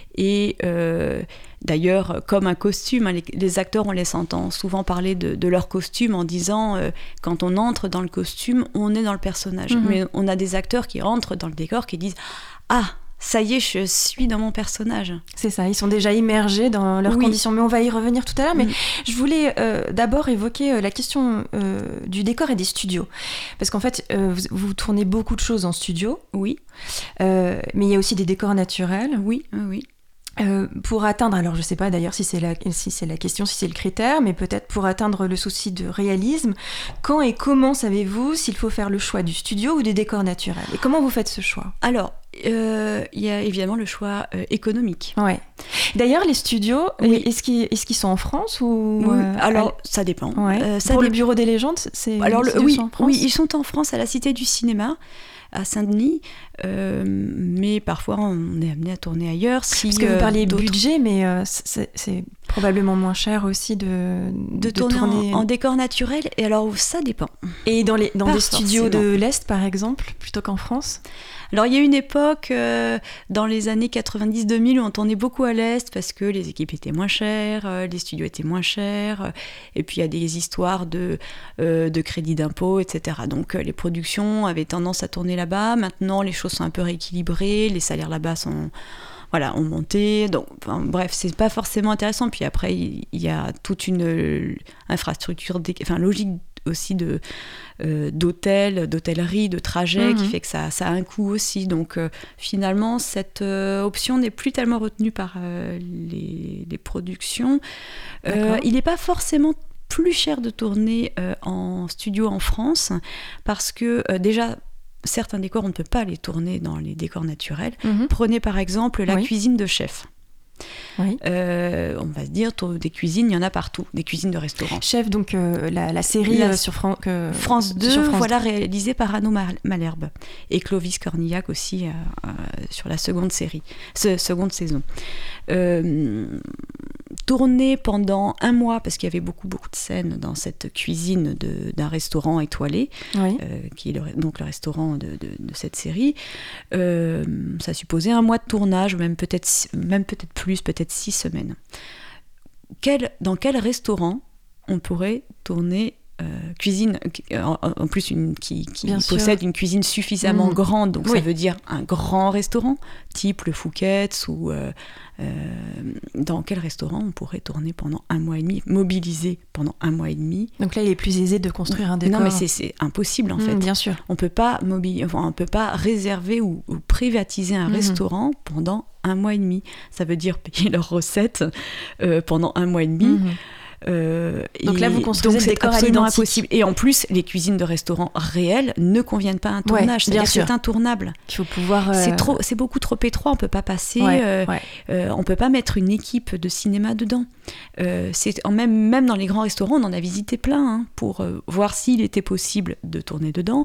et euh, d'ailleurs comme un costume, hein, les, les acteurs on les entend souvent parler de, de leur costume en disant euh, quand on entre dans le costume on est dans le personnage. Mm-hmm. Mais on a des acteurs qui rentrent dans le décor qui disent ah ça y est, je suis dans mon personnage. C'est ça, ils sont déjà immergés dans leurs oui. conditions. Mais on va y revenir tout à l'heure. Mais mmh. je voulais euh, d'abord évoquer euh, la question euh, du décor et des studios. Parce qu'en fait, euh, vous, vous tournez beaucoup de choses en studio. Oui. Euh, mais il y a aussi des décors naturels. Oui, oui. Euh, pour atteindre, alors je ne sais pas d'ailleurs si c'est, la, si c'est la question, si c'est le critère, mais peut-être pour atteindre le souci de réalisme, quand et comment savez-vous s'il faut faire le choix du studio ou des décors naturels ? Et comment vous faites ce choix ? Alors, il euh, y a évidemment le choix euh, économique. Ouais. D'ailleurs, les studios, oui. est-ce, qu'ils, est-ce qu'ils sont en France ou oui. Alors, à... ça dépend. Ouais. Euh, ça pour dé... le Bureau des légendes, c'est alors les le, oui, sont en France ? Oui, ils sont en France à la Cité du Cinéma, à Saint-Denis, euh, mais parfois on est amené à tourner ailleurs. Si, Parce que vous parliez euh, budget, mais euh, c'est, c'est probablement moins cher aussi de, de, de tourner, tourner... En, en décor naturel, et alors ça dépend. Et dans, les, dans des studios forcément. de l'Est, par exemple, plutôt qu'en France ? Alors il y a une époque, euh, dans les années quatre-vingt-dix deux mille, où on tournait beaucoup à l'Est parce que les équipes étaient moins chères, euh, les studios étaient moins chers, euh, et puis il y a des histoires de, euh, de crédit d'impôt, et cetera. Donc euh, les productions avaient tendance à tourner là-bas. Maintenant, les choses sont un peu rééquilibrées, les salaires là-bas sont... Voilà, ont monté, donc enfin, bref, c'est pas forcément intéressant. Puis après, il y, y a toute une euh, infrastructure, dé... enfin logique aussi de, euh, d'hôtel, d'hôtellerie, de trajet, mmh. qui fait que ça, ça a un coût aussi. Donc euh, finalement, cette euh, option n'est plus tellement retenue par euh, les, les productions. Euh, il n'est pas forcément plus cher de tourner euh, en studio en France, parce que euh, déjà, certains décors, on ne peut pas les tourner dans les décors naturels. Mmh. Prenez par exemple la oui. cuisine de chef. Oui. Euh, on va se dire, des cuisines, il y en a partout, des cuisines de restaurants. Chef, donc euh, la, la série la, euh, sur Fran- euh, France deux, sur France voilà, réalisée par Arnaud Malherbe et Clovis Cornillac aussi euh, euh, sur la seconde série, ce, seconde saison. Euh, tournée pendant un mois, parce qu'il y avait beaucoup beaucoup de scènes dans cette cuisine de, d'un restaurant étoilé, oui. euh, qui est le, donc le restaurant de, de, de cette série. Euh, ça supposait un mois de tournage, même peut-être, même peut-être plus, peut-être six semaines. Quel, dans quel restaurant on pourrait tourner euh, cuisine, en, en plus une, qui, qui possède sûr. une cuisine suffisamment mmh. grande, donc oui. ça veut dire un grand restaurant, type le Fouquet's ou euh, euh, dans quel restaurant on pourrait tourner pendant un mois et demi, mobiliser pendant un mois et demi. Donc là, il est plus aisé de construire un décor. Non, mais c'est, c'est impossible en mmh, fait. Bien sûr. On peut pas mobili- enfin, on peut pas réserver ou, ou privatiser un mmh. restaurant pendant un mois et demi. Ça veut dire payer leurs recettes euh, pendant un mois et demi. Mmh. Euh, donc là, vous construisez le décor absolument alimentaire. Impossible. Et en plus, les cuisines de restaurants réels ne conviennent pas à un tournage. Ouais, c'est-à-dire que c'est intournable. Il faut pouvoir. Euh... C'est trop, c'est beaucoup trop étroit. On peut pas passer. Ouais, euh, ouais. Euh, on peut pas mettre une équipe de cinéma dedans. Euh, c'est même même dans les grands restaurants, on en a visité plein hein, pour euh, voir s'il était possible de tourner dedans.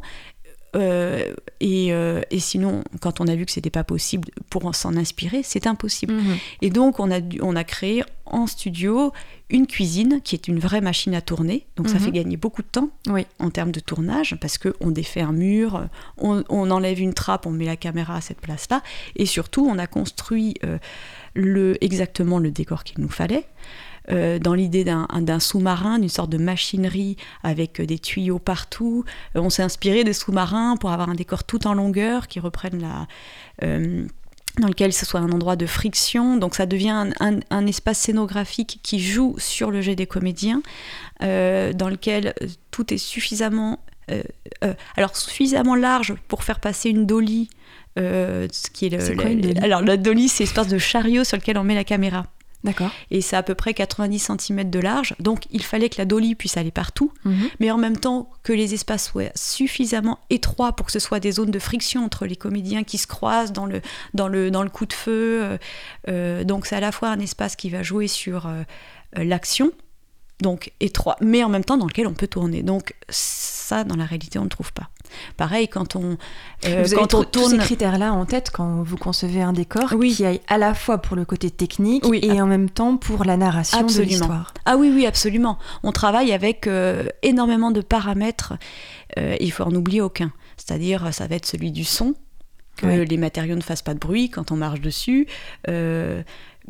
Euh, et, euh, et sinon, quand on a vu que c'était pas possible, pour s'en inspirer, c'est impossible. Mmh. Et donc, on a, dû, on a créé en studio une cuisine qui est une vraie machine à tourner. Donc, mmh. ça fait gagner beaucoup de temps oui. en termes de tournage, parce qu'on défait un mur, on, on enlève une trappe, on met la caméra à cette place-là. Et surtout, on a construit euh, le, exactement le décor qu'il nous fallait. Euh, dans l'idée d'un, d'un sous-marin, d'une sorte de machinerie avec des tuyaux partout. Euh, on s'est inspiré des sous-marins pour avoir un décor tout en longueur qui reprenne la... Euh, dans lequel ce soit un endroit de friction, donc ça devient un, un, un espace scénographique qui joue sur le jet des comédiens, euh, dans lequel tout est suffisamment... Euh, euh, alors suffisamment large pour faire passer une dolly, euh, ce qui est le... C'est le quoi, une dolly ? Alors la dolly, c'est une espèce de chariot sur lequel on met la caméra. D'accord. Et c'est à peu près quatre-vingt-dix centimètres de large, donc il fallait que la dolly puisse aller partout, mmh. mais en même temps que les espaces soient suffisamment étroits pour que ce soit des zones de friction entre les comédiens qui se croisent dans le, dans le, dans le coup de feu. Euh, donc c'est à la fois un espace qui va jouer sur euh, l'action, donc étroit, mais en même temps dans lequel on peut tourner. Donc ça, dans la réalité, on ne le trouve pas. Pareil, quand on, euh, vous quand avez on tourne... tous ces critères-là en tête quand vous concevez un décor oui. qui aille à la fois pour le côté technique oui. et en même temps pour la narration absolument. de l'histoire. Ah oui, oui, absolument. On travaille avec euh, énormément de paramètres. Euh, il faut en oublier aucun. C'est-à-dire, ça va être celui du son, que oui. les matériaux ne fassent pas de bruit quand on marche dessus. Euh,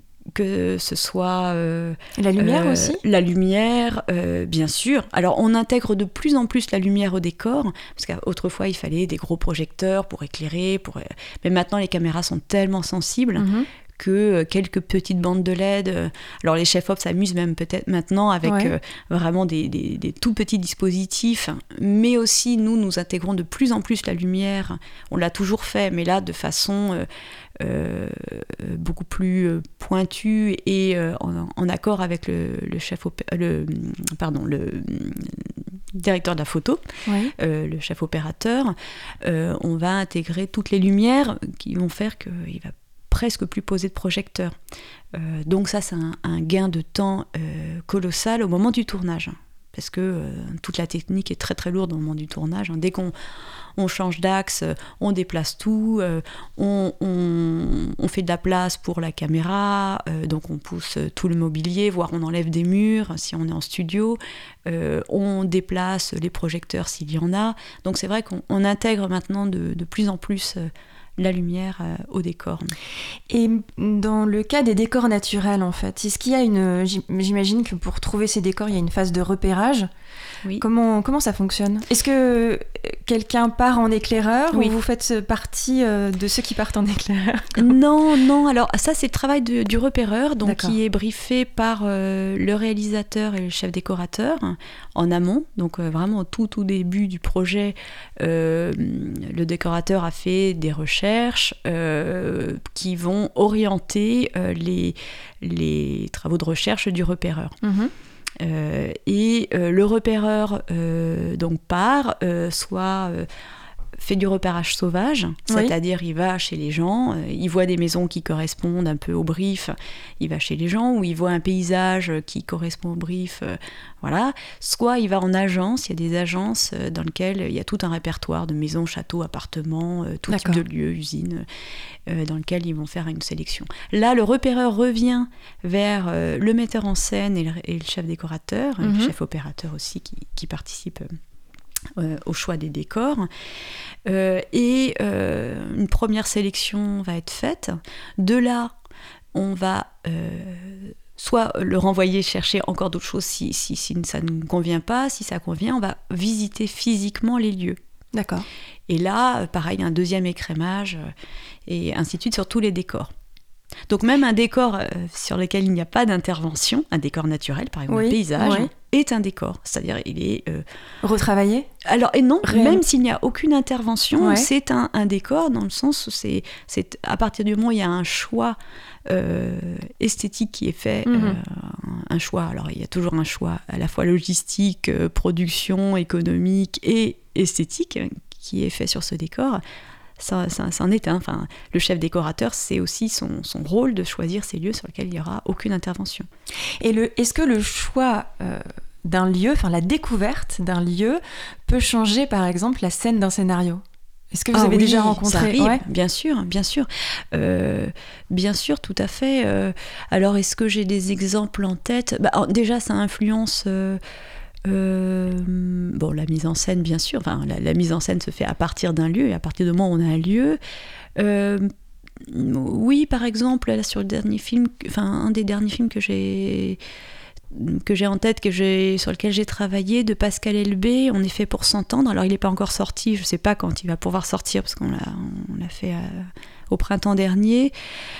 que ce soit euh, la lumière euh, aussi la lumière euh, bien sûr. Alors on intègre de plus en plus la lumière au décor parce qu'autrefois il fallait des gros projecteurs pour éclairer pour... mais maintenant les caméras sont tellement sensibles mm-hmm. que quelques petites bandes de L E D, alors les chefs-op s'amusent même peut-être maintenant avec ouais. euh, vraiment des, des, des tout petits dispositifs, mais aussi nous nous intégrons de plus en plus la lumière, on l'a toujours fait mais là de façon euh, Euh, beaucoup plus euh, pointu et euh, en, en accord avec le, le chef opé- le pardon le directeur de la photo, oui. euh, le chef opérateur. Euh, on va intégrer toutes les lumières qui vont faire qu'il va presque plus poser de projecteur. Euh, donc ça c'est un, un gain de temps euh, colossal au moment du tournage. Parce que euh, toute la technique est très très lourde au moment du tournage. Hein. Dès qu'on on change d'axe, on déplace tout, euh, on, on, on fait de la place pour la caméra, euh, donc on pousse tout le mobilier, voire on enlève des murs si on est en studio, euh, on déplace les projecteurs s'il y en a. Donc c'est vrai qu'on on intègre maintenant de, de plus en plus euh, la lumière euh, au décor. Et dans le cas des décors naturels, en fait, est-ce qu'il y a une... J'imagine que pour trouver ces décors, il y a une phase de repérage. Oui. Comment, comment ça fonctionne ? Est-ce que quelqu'un part en éclaireur oui. ou vous faites partie euh, de ceux qui partent en éclaireur ? Non, non. Alors ça, c'est le travail de, du repéreur, donc D'accord. qui est briefé par euh, le réalisateur et le chef décorateur en amont. Donc euh, vraiment au tout, tout début du projet, euh, le décorateur a fait des recherches euh, qui vont orienter euh, les, les travaux de recherche du repéreur. Mmh. Euh, et euh, le repéreur euh, donc part, euh, soit euh, fait du repérage sauvage, oui. c'est-à-dire il va chez les gens, euh, il voit des maisons qui correspondent un peu au brief, il va chez les gens, ou il voit un paysage qui correspond au brief, euh, voilà. Soit il va en agence, il y a des agences euh, dans lesquelles il y a tout un répertoire de maisons, châteaux, appartements, euh, tout D'accord. type de lieux, usines, euh, dans lesquels ils vont faire une sélection. Là, le repéreur revient vers euh, le metteur en scène et le, et le chef décorateur, mm-hmm. et le chef opérateur aussi qui, qui participe euh, Euh, au choix des décors euh, et euh, une première sélection va être faite. De là on va euh, soit le renvoyer chercher encore d'autres choses si, si, si ça ne convient pas. Si ça convient, on va visiter physiquement les lieux. D'accord. Et là, pareil, un deuxième écrémage, et ainsi de suite sur tous les décors. Donc même un décor euh, sur lequel il n'y a pas d'intervention, un décor naturel, par exemple, oui, un paysage, oui. est un décor. C'est-à-dire, il est... Euh... retravaillé ? Alors, et non, Réel. Même s'il n'y a aucune intervention, ouais. c'est un, un décor dans le sens où c'est, c'est à partir du moment où il y a un choix euh, esthétique qui est fait, mm-hmm. euh, un choix, alors il y a toujours un choix à la fois logistique, euh, production, économique et esthétique qui est fait sur ce décor. Ça, ça, ça en est un. Enfin, le chef décorateur, c'est aussi son, son rôle de choisir ces lieux sur lesquels il n'y aura aucune intervention. Et le, est-ce que le choix euh, d'un lieu, enfin la découverte d'un lieu, peut changer par exemple la scène d'un scénario ? Est-ce que vous ah avez oui, déjà rencontré ça arrive, ouais. Bien sûr, bien sûr. Euh, bien sûr, tout à fait. Euh, alors, est-ce que j'ai des exemples en tête ? bah, alors, déjà, ça influence... Euh, Euh, bon, la mise en scène, bien sûr. Enfin, la, la mise en scène se fait à partir d'un lieu, et à partir du moment où on a un lieu. Euh, oui, par exemple, là, sur le dernier film, enfin, un des derniers films que j'ai que j'ai en tête, que j'ai, sur lequel j'ai travaillé, de Pascal Elbé, On est fait pour s'entendre. Alors, il n'est pas encore sorti, je ne sais pas quand il va pouvoir sortir, parce qu'on l'a, on l'a fait à, au printemps dernier.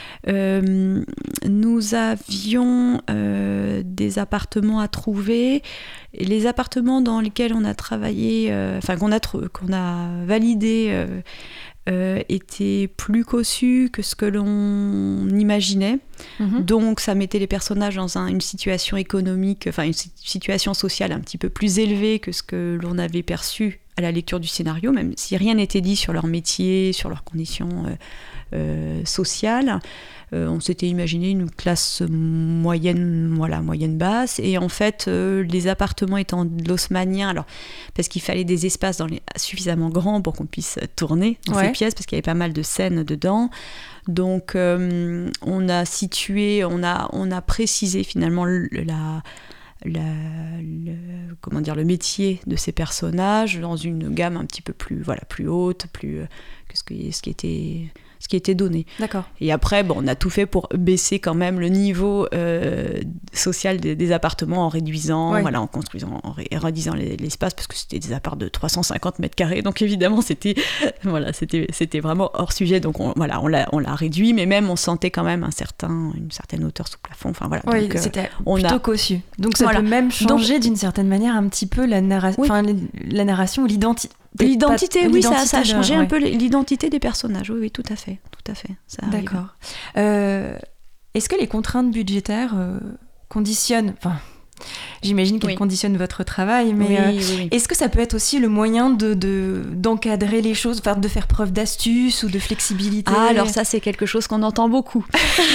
Euh, nous avions euh, des appartements à trouver, et les appartements dans lesquels on a travaillé, euh, enfin qu'on a, tr- qu'on a validé, euh, euh, étaient plus cossus que ce que l'on imaginait. Mmh. Donc ça mettait les personnages dans un, une situation économique, enfin une situation sociale un petit peu plus élevée que ce que l'on avait perçu à la lecture du scénario, même si rien n'était dit sur leur métier, sur leurs conditions euh, euh, sociales. Euh, on s'était imaginé une classe moyenne, voilà, moyenne basse, et en fait, euh, les appartements étant de l'haussmannien, alors parce qu'il fallait des espaces dans les, suffisamment grands pour qu'on puisse tourner dans ouais. ces pièces, parce qu'il y avait pas mal de scènes dedans. Donc, euh, on a situé, on a, on a précisé finalement le, la La, le, comment dire, le métier de ces personnages dans une gamme un petit peu plus, voilà, plus haute, plus, euh, que ce, que, ce, qui était, ce qui était donné. D'accord. Et après, bon, on a tout fait pour baisser quand même le niveau euh, social des, des appartements en réduisant, ouais. voilà, en construisant, en, ré, en réduisant les, l'espace, parce que c'était des apparts de trois cent cinquante mètres carrés, donc évidemment, c'était, voilà, c'était, c'était vraiment hors sujet, donc on, voilà, on l'a, on l'a réduit, mais même on sentait quand même un certain, une certaine hauteur sous plafond, enfin voilà. Oui, donc, c'était euh, on plutôt a... cossu. Donc ça voilà. peut même changer donc, d'une certaine manière un petit peu la, narra- oui. la narration ou l'identité. L'identité, pas, oui, l'identité ça, ça a changé de, ouais. un peu l'identité des personnages, oui, oui, tout à fait, tout à fait. Ça D'accord. Euh, est-ce que les contraintes budgétaires euh, conditionnent, enfin, j'imagine qu'elles oui. conditionnent votre travail, mais oui, euh, oui, oui. est-ce que ça peut être aussi le moyen de, de, d'encadrer les choses, de faire preuve d'astuce ou de flexibilité ? Ah, alors ça, c'est quelque chose qu'on entend beaucoup.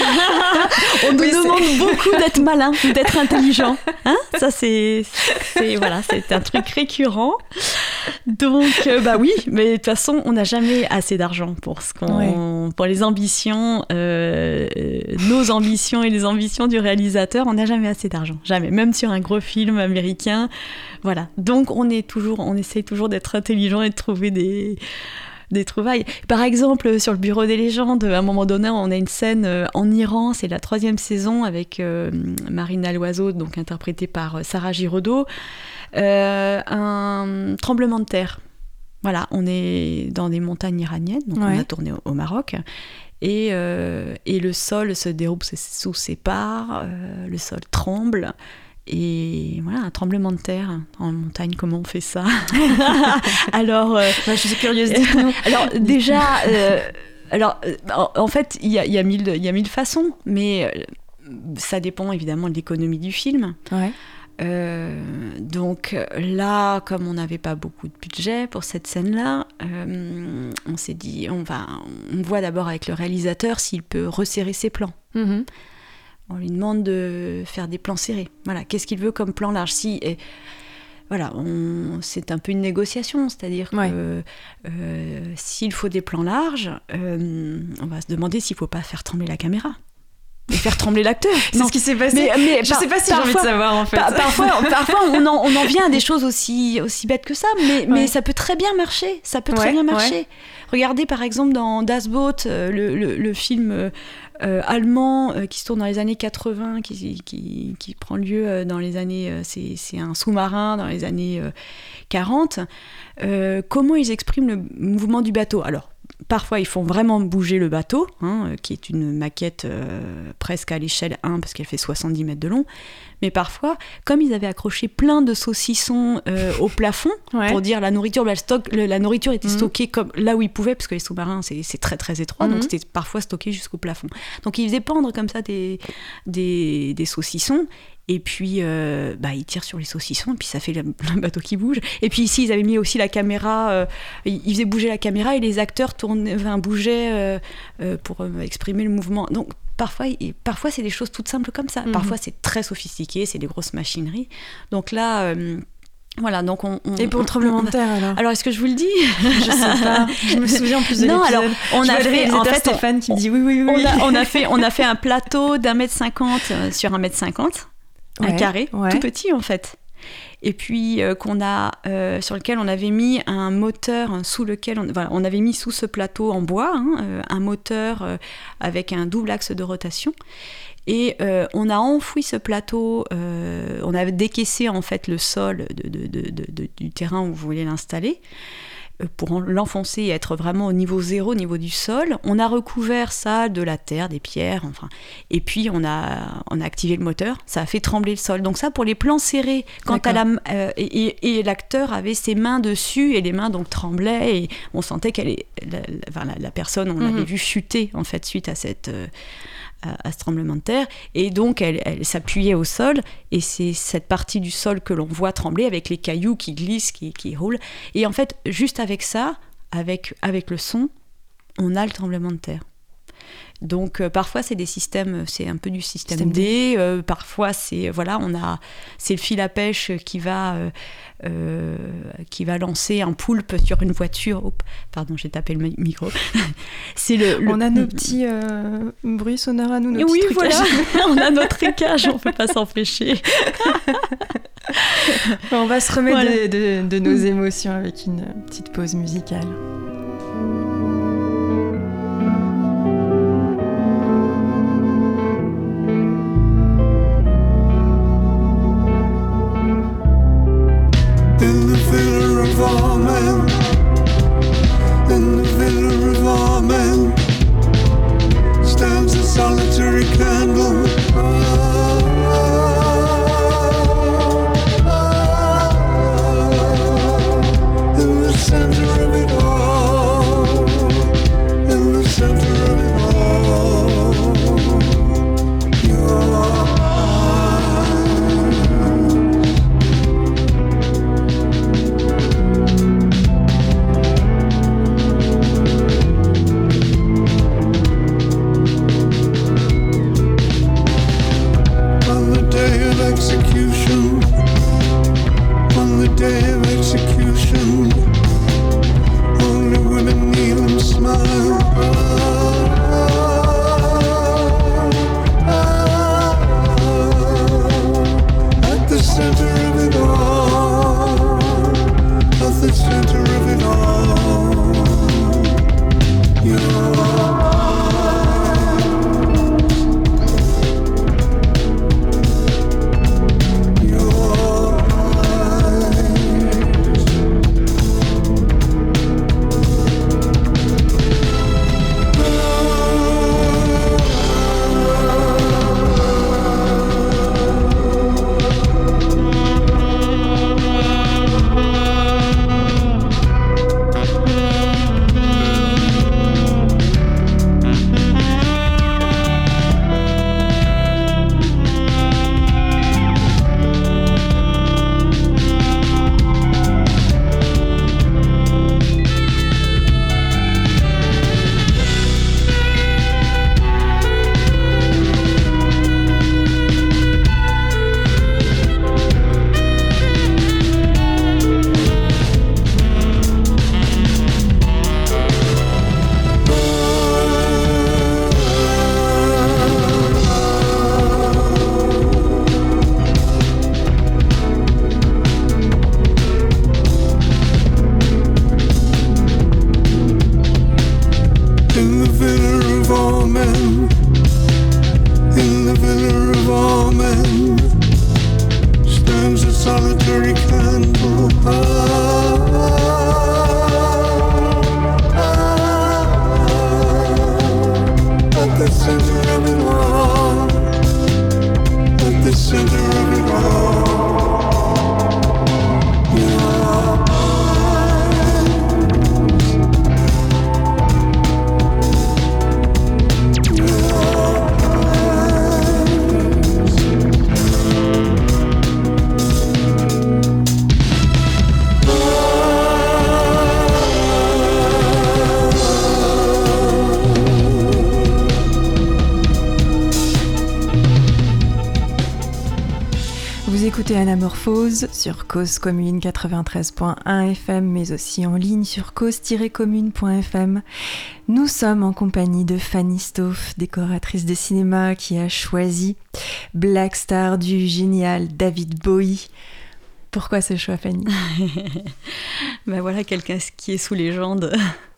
On nous oui, demande c'est... beaucoup d'être malin, d'être intelligent. Hein, ça, c'est, c'est, voilà, c'est un truc récurrent. Donc, euh, bah oui, mais de toute façon, on n'a jamais assez d'argent pour, ce qu'on, ouais. pour les ambitions, euh, nos ambitions et les ambitions du réalisateur. On n'a jamais assez d'argent, jamais. Même sur un gros film américain, voilà. Donc on est toujours, on essaye toujours d'être intelligent et de trouver des des trouvailles. Par exemple, sur le Bureau des légendes, à un moment donné, on a une scène en Iran, c'est la troisième saison avec euh, Marina Loiseau, donc interprétée par Sarah Giraudot, euh, un tremblement de terre. Voilà, on est dans des montagnes iraniennes, donc ouais. on a tourné au, au Maroc. Et, euh, et le sol se dérobe sous ses parts, euh, le sol tremble. Et voilà, un tremblement de terre en montagne, comment on fait ça ? Alors, euh, ouais, je suis curieuse. Dites-nous. Alors déjà, euh, alors en, en fait, il y a, y a mille, il y a mille façons, mais euh, ça dépend évidemment de l'économie du film. Ouais. Euh, donc là, comme on n'avait pas beaucoup de budget pour cette scène-là, euh, on s'est dit, on va, on voit d'abord avec le réalisateur s'il peut resserrer ses plans. Mm-hmm. On lui demande de faire des plans serrés. Voilà, qu'est-ce qu'il veut comme plan large ? Si, et, voilà, on, c'est un peu une négociation, c'est-à-dire ouais. que euh, s'il faut des plans larges, euh, on va se demander s'il ne faut pas faire trembler la caméra. Et faire trembler l'acteur. C'est ce qui s'est passé. Mais, mais je par, sais pas si parfois, j'ai envie de savoir en fait. Par, parfois, parfois on, en, on en vient à des choses aussi, aussi bêtes que ça, mais, ouais. mais ça peut très bien marcher. Ça peut ouais, très bien marcher. Ouais. Regardez par exemple dans Das Boot, le, le, le film euh, allemand euh, qui se tourne dans les années quatre-vingts, qui, qui, qui prend lieu dans les années... Euh, c'est, c'est un sous-marin dans les années euh, quarante. Euh, comment ils expriment le mouvement du bateau ? Alors, parfois, ils font vraiment bouger le bateau, hein, qui est une maquette euh, presque à l'échelle un, parce qu'elle fait soixante-dix mètres de long. Mais parfois, comme ils avaient accroché plein de saucissons euh, au plafond, ouais. pour dire la nourriture, la, stock, le, la nourriture était mmh. stockée comme, là où ils pouvaient, parce que les sous-marins, c'est, c'est très très étroit, mmh. donc c'était parfois stocké jusqu'au plafond. Donc ils faisaient pendre comme ça des, des, des saucissons, et puis euh, bah, ils tirent sur les saucissons, et puis ça fait le, le bateau qui bouge. Et puis ici, ils avaient mis aussi la caméra, euh, ils faisaient bouger la caméra, et les acteurs tournaient, enfin, bougeaient euh, euh, pour euh, exprimer le mouvement. Donc, Parfois, parfois, c'est des choses toutes simples comme ça. Mmh. Parfois, c'est très sophistiqué, c'est des grosses machineries. Donc là, euh, voilà. Donc on, on, Et pour on, le tremblement de terre, alors Alors, est-ce que je vous le dis ? Je sais pas. Je me souviens plus de non, l'épisode. alors, on je a fait, en fait, Stéphane on, qui me dit oui, oui, oui. On a, on a fait, on a fait un plateau d'un mètre cinquante sur un mètre cinquante, ouais, un carré, ouais. tout petit en fait. Et puis euh, qu'on a, euh, sur lequel on avait mis un moteur sous lequel on, voilà, on avait mis sous ce plateau en bois hein, euh, un moteur euh, avec un double axe de rotation. Et euh, on a enfoui ce plateau, euh, on avait décaissé en fait le sol de, de, de, de, de, du terrain où vous voulez l'installer, pour l'enfoncer et être vraiment au niveau zéro, au niveau du sol. On a recouvert ça de la terre, des pierres, enfin. Et puis, on a, on a activé le moteur. Ça a fait trembler le sol. Donc ça, pour les plans serrés, quand à la, euh, et, et l'acteur avait ses mains dessus, et les mains donc tremblaient, et on sentait qu'elle est, la, la, la, la personne, on mm-hmm. l'avait vu chuter, en fait, suite à cette... Euh, à ce tremblement de terre, et donc elle, elle s'appuyait au sol, et c'est cette partie du sol que l'on voit trembler avec les cailloux qui glissent, qui, qui roulent, et en fait, juste avec ça, avec, avec le son, on a le tremblement de terre. Donc euh, parfois c'est des systèmes, c'est un peu du système, système D, euh, parfois c'est voilà, on a c'est le fil à pêche qui va euh, euh, qui va lancer un poulpe sur une voiture. Oh, pardon, j'ai tapé le micro. c'est le, le, on a nos petits euh, bruits sonores à nous, nos oui, petits trucages. Voilà. On a notre trucage, on peut pas s'empêcher. On va se remettre voilà. de, de, de nos émotions avec une petite pause musicale. In the villa of our men, in the villa of our men, stands a solitary candle. Oh, oh, oh, in the center of it all. écoutez Anamorphose sur Cause Commune quatre-vingt-treize point un F M, mais aussi en ligne sur cause tiret commune point F M. Nous sommes en compagnie de Fanny Stauff, décoratrice de cinéma, qui a choisi Black Star du génial David Bowie. Pourquoi ce choix, Fanny? Ben voilà, quelqu'un qui est sous légende.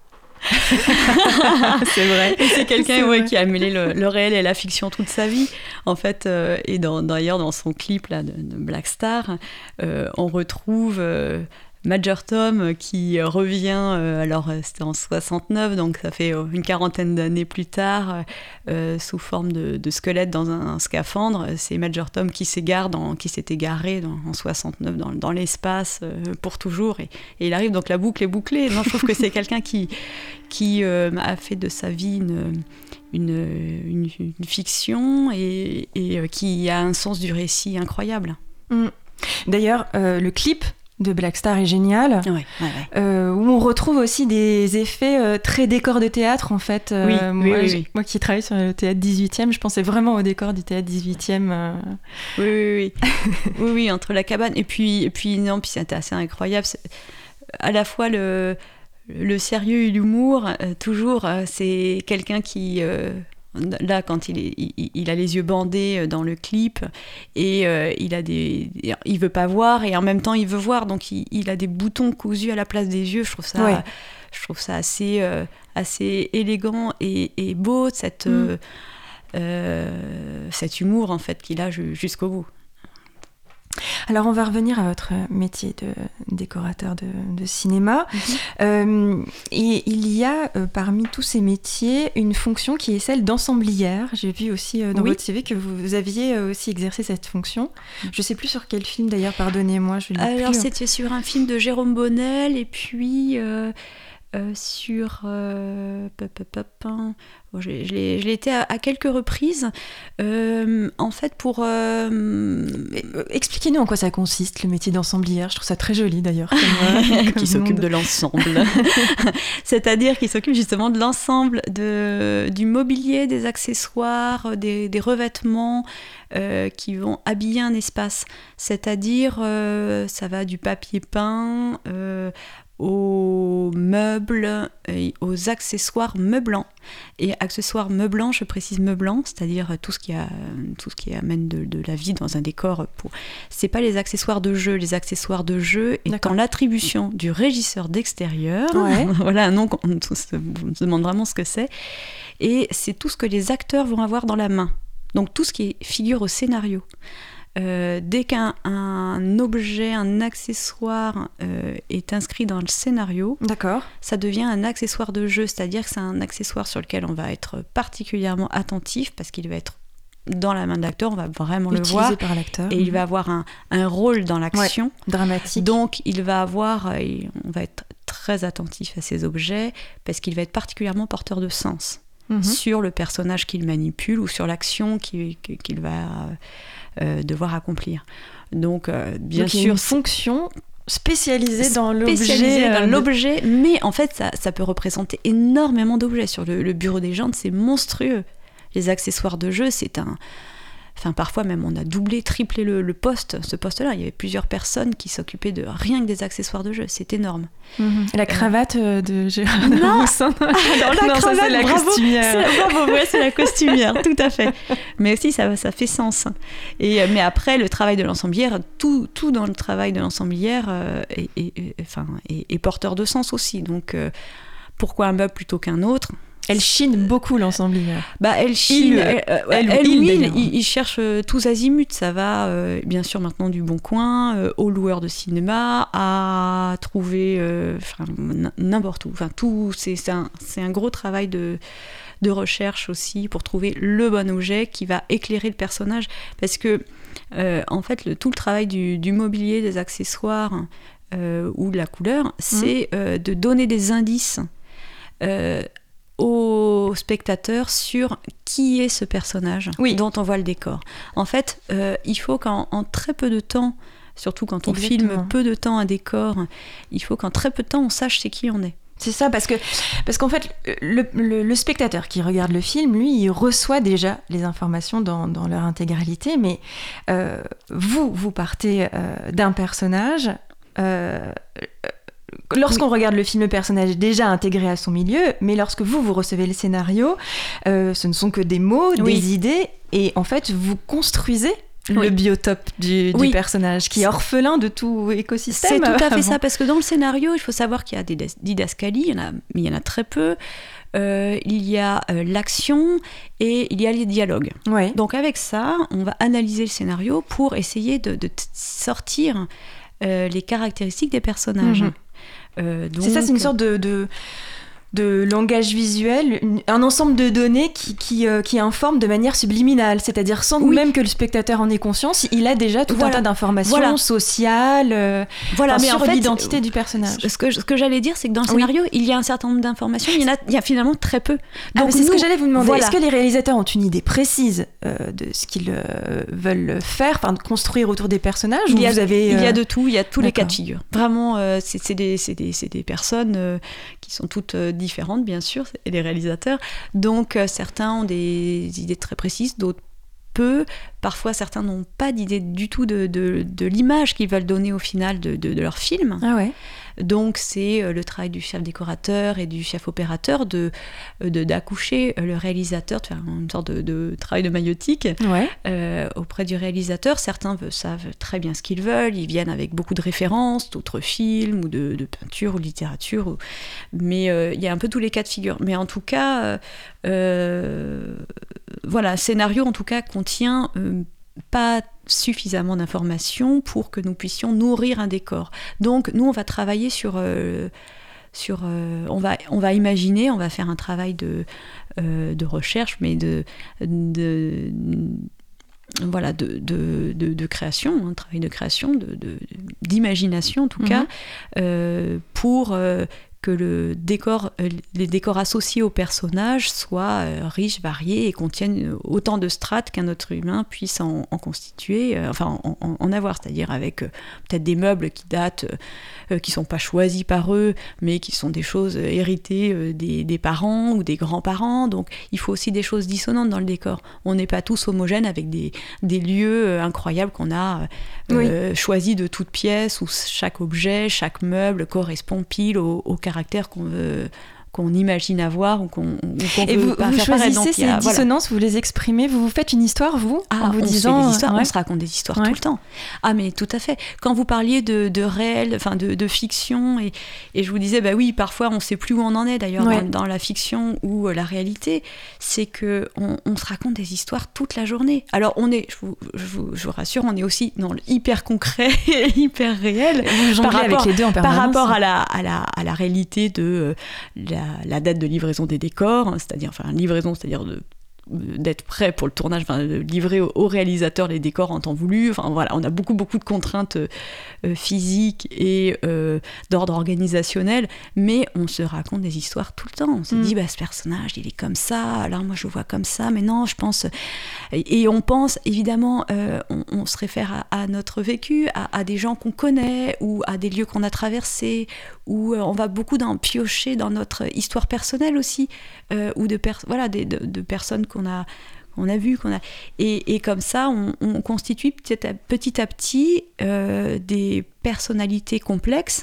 C'est vrai. Et c'est quelqu'un c'est ouais, qui a mêlé le, le réel et la fiction toute sa vie. En fait, euh, et dans, d'ailleurs dans son clip là, de, de Black Star, euh, on retrouve euh, Major Tom qui revient, euh, alors c'était en soixante-neuf, donc ça fait une quarantaine d'années plus tard, euh, sous forme de, de squelette dans un, un scaphandre. C'est Major Tom qui s'égare, dans, qui s'est égaré dans, en soixante-neuf dans, dans l'espace euh, pour toujours, et, et il arrive, donc la boucle est bouclée. Non, je trouve que c'est quelqu'un qui, qui euh, a fait de sa vie une, une, une, une fiction et, et euh, qui a un sens du récit incroyable. Mmh. D'ailleurs, euh, le clip de Black Star est génial, ouais, ouais, ouais. Euh, où on retrouve aussi des effets euh, très décors de théâtre en fait. Euh, oui, moi, oui, oui, oui. moi qui travaille sur le théâtre dix-huitième, je pensais vraiment au décor du théâtre dix-huitième. Euh... Oui, oui, oui. oui, oui, entre la cabane et puis, et puis non, puis c'était assez incroyable. C'est à la fois le, le sérieux et l'humour, euh, toujours, euh, c'est quelqu'un qui... Euh, Là, quand il, est, il, il a les yeux bandés dans le clip et euh, il a des, il veut pas voir et en même temps il veut voir, donc il, il a des boutons cousus à la place des yeux. Je trouve ça, ouais. je trouve ça assez, euh, assez élégant et, et beau, cette, mm. euh, euh, cet humour en fait qu'il a jusqu'au bout. Alors on va revenir à votre métier de décorateur de, de cinéma. Mm-hmm. Euh, et il y a euh, parmi tous ces métiers une fonction qui est celle d'ensemblière. J'ai vu aussi euh, dans oui. votre C V que vous, vous aviez euh, aussi exercé cette fonction. Je ne sais plus sur quel film d'ailleurs, pardonnez-moi. Je Alors plus, c'était hein. sur un film de Jérôme Bonnel et puis... Euh... Euh, sur euh, pop, pop, pop, hein. Bon, je, je, l'ai, je l'ai été à, à quelques reprises euh, en fait pour euh... expliquez-nous en quoi ça consiste le métier d'ensemblière. Je trouve ça très joli d'ailleurs comme, euh, qui s'occupe monde. de l'ensemble. C'est-à-dire qu'il s'occupe justement de l'ensemble de, du mobilier, des accessoires, des, des revêtements euh, qui vont habiller un espace, c'est-à-dire euh, ça va du papier peint euh, aux meubles et aux accessoires meublants. Et accessoires meublants, je précise meublants, c'est-à-dire tout ce qui, a, tout ce qui amène de, de la vie dans un décor. Pour... C'est pas les accessoires de jeu. Les accessoires de jeu étant l'attribution du régisseur d'extérieur. Ouais. Voilà un nom qu'on se demande vraiment ce que c'est. Et c'est tout ce que les acteurs vont avoir dans la main. Donc tout ce qui figure au scénario. Euh, dès qu'un un objet, un accessoire euh, est inscrit dans le scénario, D'accord. ça devient un accessoire de jeu, c'est-à-dire que c'est un accessoire sur lequel on va être particulièrement attentif parce qu'il va être dans la main de l'acteur, on va vraiment utilisé le voir par l'acteur. Et mmh. il va avoir un, un rôle dans l'action, ouais, dramatique. Donc il va avoir, on va être très attentif à ces objets parce qu'il va être particulièrement porteur de sens mmh. sur le personnage qu'il manipule ou sur l'action qu'il, qu'il va Euh, devoir accomplir. Donc, euh, bien Donc, sûr, il y a une fonction spécialisée dans l'objet, spécialisée dans euh, l'objet, mais en fait, ça, ça peut représenter énormément d'objets. Sur le, le bureau des gens, c'est monstrueux. Les accessoires de jeu, c'est un... Enfin, parfois même, on a doublé, triplé le, le poste, ce poste-là. Il y avait plusieurs personnes qui s'occupaient de rien que des accessoires de jeu. C'est énorme. Mmh. La cravate euh... de Gérard Non, Darmoussin. Ah, non, la non, cravate, ça, c'est la bravo. costumière. C'est, bravo, ouais, c'est la costumière, tout à fait. Mais aussi, ça, ça fait sens. Et, mais après, le travail de l'ensemblière, tout, tout dans le travail de l'ensemblière euh, est, est, est, enfin, est, est porteur de sens aussi. Donc, euh, pourquoi un meuble plutôt qu'un autre ? Elle chine beaucoup l'ensemblière. Bah, elle chine. Il, elle, elle, elle, elle, oui, il, ils il cherchent tous azimuts. Ça va, euh, bien sûr, maintenant du Bon Coin, euh, aux loueurs de cinéma, à trouver euh, n'importe où. Enfin, tout, c'est, c'est, un, c'est un gros travail de, de recherche aussi pour trouver le bon objet qui va éclairer le personnage. Parce que, euh, en fait, le, tout le travail du, du mobilier, des accessoires euh, ou de la couleur, c'est mmh. euh, de donner des indices. Euh, aux spectateurs sur qui est ce personnage oui. dont on voit le décor. En fait, euh, il faut qu'en en très peu de temps, surtout quand on Exactement. filme peu de temps un décor, il faut qu'en très peu de temps on sache c'est qui on est. C'est ça, parce que parce qu'en fait, le, le, le spectateur qui regarde le film, lui, il reçoit déjà les informations dans, dans leur intégralité, mais euh, vous, vous partez euh, d'un personnage. Euh, Lorsqu'on oui. regarde le film, le personnage est déjà intégré à son milieu, mais lorsque vous, vous recevez le scénario, euh, ce ne sont que des mots, oui. des idées, et en fait, vous construisez oui. le biotope du, oui. du personnage, qui est orphelin de tout écosystème. C'est tout à fait avant. ça, parce que dans le scénario, il faut savoir qu'il y a des didascalies, il y en a, il y en a très peu. Euh, il y a euh, l'action et il y a les dialogues. Ouais. Donc avec ça, on va analyser le scénario pour essayer de, de sortir euh, les caractéristiques des personnages. Mmh. Euh, donc... C'est ça, c'est une sorte de, de, de langage visuel, une, un ensemble de données qui, qui, euh, qui informe de manière subliminale, c'est-à-dire sans oui. même que le spectateur en ait conscience, il a déjà tout voilà. un tas d'informations voilà. sociales euh, voilà, mais sur en fait, l'identité du personnage. Ce que, ce que j'allais dire, c'est que dans le scénario, oui. il y a un certain nombre d'informations, il y en a, il y a finalement très peu. Donc ah, c'est nous, ce que j'allais vous demander. Voilà. Est-ce que les réalisateurs ont une idée précise euh, de ce qu'ils euh, veulent faire, enfin de construire autour des personnages il y, a, vous avez, euh... il y a de tout, il y a tous D'accord. les cas de figure. Vraiment, euh, c'est, c'est, des, c'est, des, c'est des personnes euh, qui sont toutes euh, différentes, bien sûr, et les réalisateurs. Donc, euh, certains ont des idées très précises, d'autres peu. Parfois, certains n'ont pas d'idée du tout de, de, de l'image qu'ils veulent donner au final de, de, de leur film. Ah ouais. Donc, c'est euh, le travail du chef décorateur et du chef opérateur de, de, d'accoucher le réalisateur, de faire une sorte de, de travail de maïeutique ouais. euh, auprès du réalisateur. Certains veulent, savent très bien ce qu'ils veulent, ils viennent avec beaucoup de références, d'autres films, ou de, de peinture, ou de littérature. Ou... Mais euh, il y a un peu tous les cas de figure. Mais en tout cas, euh, euh, voilà, scénario, en tout cas, contient euh, pas suffisamment d'informations pour que nous puissions nourrir un décor. Donc, nous, on va travailler sur... Euh, sur euh, on, va, on va imaginer, on va faire un travail de, euh, de recherche, mais de... de voilà, de, de, de, de création, un travail de création, de, de, d'imagination en tout mmh. cas, euh, pour euh, que le décor, euh, les décors associés aux personnages soient euh, riches, variés et contiennent autant de strates qu'un être humain puisse en, en constituer, euh, enfin en, en, en avoir, c'est-à-dire avec euh, peut-être des meubles qui datent, euh, qui ne sont pas choisis par eux, mais qui sont des choses héritées euh, des, des parents ou des grands-parents. Donc il faut aussi des choses dissonantes dans le décor. On n'est pas tous homogènes avec des, des lieux euh, incroyables qu'on a euh, oui. choisis de toutes pièces, où chaque objet, chaque meuble correspond pile au, au caractère qu'on veut, qu'on imagine avoir ou qu'on, ou qu'on et veut vous, pas vous faire choisissez pareil. ces a, dissonances, voilà. Vous les exprimez, vous vous faites une histoire, vous ah, en vous on disant, se fait des histoires, ouais. on se raconte des histoires ouais. tout le temps. Ah mais tout à fait. Quand vous parliez de, de réel, enfin de, de fiction, et, et je vous disais, bah oui, parfois on ne sait plus où on en est d'ailleurs ouais. dans, dans la fiction ou euh, la réalité, c'est que on, on se raconte des histoires toute la journée. Alors on est, je vous, je vous, je vous rassure, on est aussi dans le hyper concret et hyper réel. Vous jonglez avec les deux en permanence. Par rapport à la, à la, à la réalité de euh, la, la date de livraison livraison des décors, c'est-à-dire, enfin, livraison, c'est-à-dire de, d'être prêt pour le tournage, enfin, de livrer au, au réalisateur les décors en temps voulu. Enfin, voilà, on a beaucoup, beaucoup de contraintes euh, physiques et euh, d'ordre organisationnel, mais on se raconte des histoires tout le temps. On se mmh. dit, bah, ce personnage, il est comme ça, alors moi, je le vois comme ça, mais non, je pense... Et, et on pense, évidemment, euh, on, on se réfère à, à notre vécu, à, à des gens qu'on connaît, ou à des lieux qu'on a traversés, où on va beaucoup dans, piocher dans notre histoire personnelle aussi, euh, ou de, per- voilà, des, de, de personnes qu'on a, qu'on a vues. Qu'on a... Et, et comme ça, on, on constitue petit à petit, à petit euh, des personnalités complexes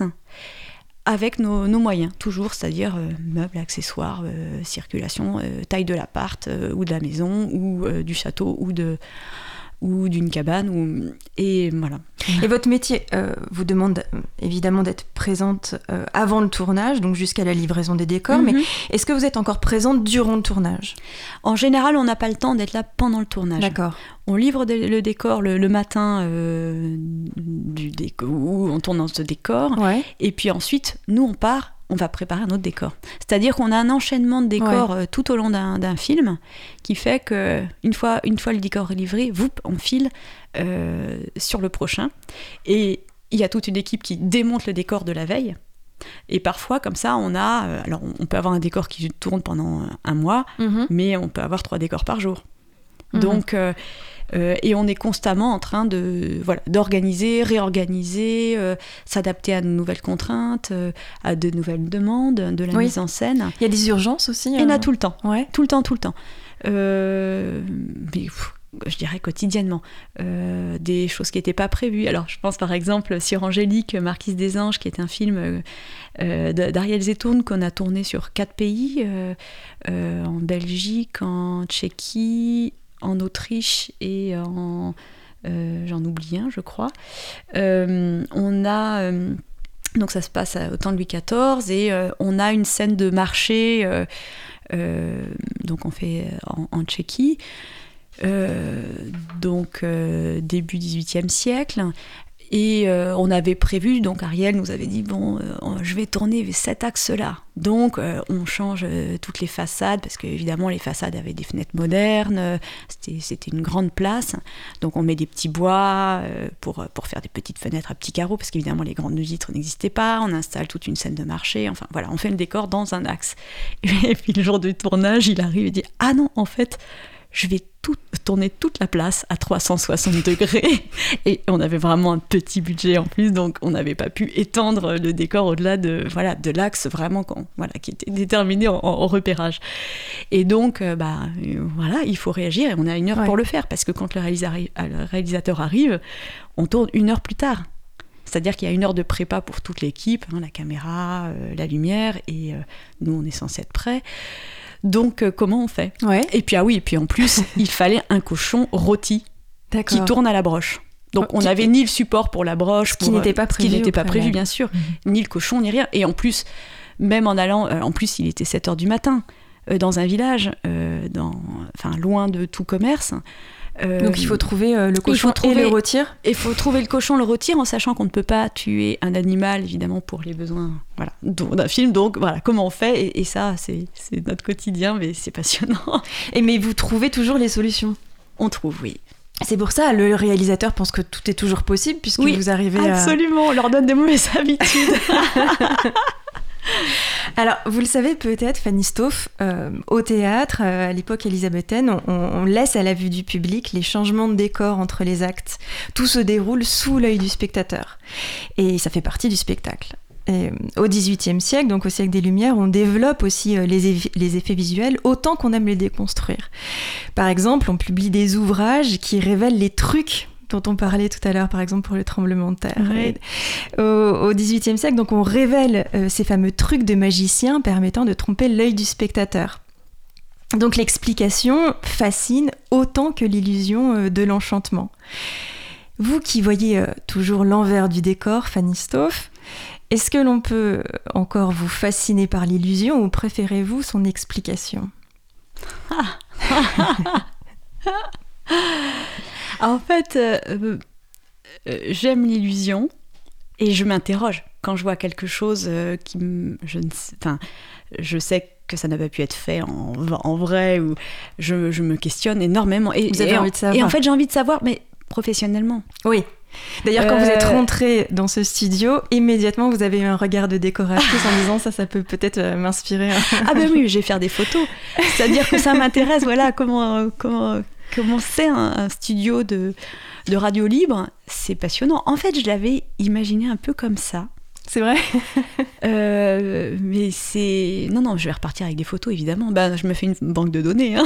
avec nos, nos moyens, toujours, c'est-à-dire euh, meubles, accessoires, euh, circulation, euh, taille de l'appart, euh, ou de la maison, ou euh, du château, ou de... ou d'une cabane, ou... et voilà. Et votre métier euh, vous demande euh, évidemment d'être présente euh, avant le tournage, donc jusqu'à la livraison des décors, mm-hmm. mais est-ce que vous êtes encore présente durant le tournage ? En général, on n'a pas le temps d'être là pendant le tournage. D'accord. On livre de, le décor le, le matin euh, du décor, où on tourne dans ce décor, ouais. et puis ensuite, nous, on part, on va préparer un autre décor. C'est-à-dire qu'on a un enchaînement de décors ouais. euh, tout au long d'un, d'un film qui fait qu'une fois, une fois le décor est livré, vous, on file euh, sur le prochain. Et il y a toute une équipe qui démonte le décor de la veille. Et parfois, comme ça, on a... Euh, alors, on peut avoir un décor qui tourne pendant un mois, mm-hmm. mais on peut avoir trois décors par jour. Mmh. Donc, euh, euh, et on est constamment en train de, voilà, d'organiser, réorganiser, euh, s'adapter à de nouvelles contraintes, euh, à de nouvelles demandes, de la oui. mise en scène. Il y a des urgences aussi. Il y en euh... a tout le temps. Ouais. Tout le temps, tout le temps. Euh, mais, pff, je dirais quotidiennement. Euh, des choses qui n'étaient pas prévues. Alors, je pense par exemple sur Angélique, Marquise des Anges, qui est un film euh, euh, d'Ariel Zetoun qu'on a tourné sur quatre pays, euh, euh, en Belgique, en Tchéquie, en Autriche et en... Euh, j'en oublie un, je crois. Euh, on a... Euh, donc ça se passe au temps de Louis quatorze et euh, on a une scène de marché... Euh, Euh, donc on fait en, en Tchéquie, euh, donc euh, début dix-huitième siècle, et euh, on avait prévu, donc Ariel nous avait dit bon, euh, je vais tourner cet axe-là, donc euh, on change euh, toutes les façades, parce qu'évidemment les façades avaient des fenêtres modernes, euh, c'était, c'était une grande place, donc on met des petits bois euh, pour, pour faire des petites fenêtres à petits carreaux, parce qu'évidemment les grandes vitres n'existaient pas, on installe toute une scène de marché, enfin voilà, on fait le décor dans un axe. Et puis le jour du tournage, il arrive et dit ah non, en fait, je vais tout, tourner toute la place à trois cent soixante degrés. Et on avait vraiment un petit budget en plus, donc on n'avait pas pu étendre le décor au-delà de, voilà, de l'axe vraiment qu'on, voilà, qui était déterminé en, en repérage. Et donc, euh, bah, euh, voilà, il faut réagir et on a une heure ouais. pour le faire, parce que quand le, réalisa- le réalisateur arrive, on tourne une heure plus tard. C'est-à-dire qu'il y a une heure de prépa pour toute l'équipe, hein, la caméra, euh, la lumière, et euh, nous, on est censé être prêts. Donc, euh, comment on fait ? Ouais. Et puis, ah oui, et puis en plus, il fallait un cochon rôti D'accord. qui tourne à la broche. Donc, oh, on n'avait ni le support pour la broche, ce qui n'était pas prévu, ce qui n'était pas prévu, même. bien sûr, Mmh. ni le cochon, ni rien. Et en plus, même en allant, euh, en plus, il était sept heures du matin, euh, dans un village, euh, dans, enfin, loin de tout commerce. Euh, Donc il faut trouver euh, le cochon trouver, et le rôtir. Il faut trouver le cochon, le rôtir, en sachant qu'on ne peut pas tuer un animal, évidemment, pour les besoins voilà, d'un film. Donc voilà, comment on fait, et, et ça, c'est, c'est notre quotidien, mais c'est passionnant. Et mais vous trouvez toujours les solutions ? On trouve, oui. C'est pour ça, le réalisateur pense que tout est toujours possible, puisque oui, vous arrivez absolument, à... absolument, on leur donne des mauvaises habitudes. Alors, vous le savez peut-être, Fanny Stauff, euh, au théâtre, euh, à l'époque élisabéthaine, on, on laisse à la vue du public les changements de décor entre les actes. Tout se déroule sous l'œil du spectateur. Et ça fait partie du spectacle. Et, euh, au dix-huitième siècle, donc au siècle des Lumières, on développe aussi euh, les, eff- les effets visuels autant qu'on aime les déconstruire. Par exemple, on publie des ouvrages qui révèlent les trucs dont on parlait tout à l'heure, par exemple pour le tremblement de terre. Ouais. Au, au dix-huitième siècle, donc on révèle euh, ces fameux trucs de magiciens permettant de tromper l'œil du spectateur. Donc l'explication fascine autant que l'illusion euh, de l'enchantement. Vous qui voyez euh, toujours l'envers du décor, Fanny Stauff, est-ce que l'on peut encore vous fasciner par l'illusion ou préférez-vous son explication ? En fait, euh, euh, j'aime l'illusion et je m'interroge quand je vois quelque chose euh, qui me, je ne sais, enfin, je sais que ça n'a pas pu être fait en, en vrai, ou je, je me questionne énormément. Et, vous avez et envie en, de savoir. Et en fait, j'ai envie de savoir, mais professionnellement. Oui. D'ailleurs, euh... quand vous êtes rentrée dans ce studio, immédiatement, vous avez eu un regard de décoratrice en disant ça, ça peut peut-être euh, m'inspirer. Ah ben oui, je vais faire des photos. C'est-à-dire que ça m'intéresse, voilà, comment... comment Comment c'est un, un studio de, de radio libre, c'est passionnant. En fait, je l'avais imaginé un peu comme ça. C'est vrai. euh, Mais c'est... Non, non, je vais repartir avec des photos, évidemment. Ben, je me fais une banque de données. Hein.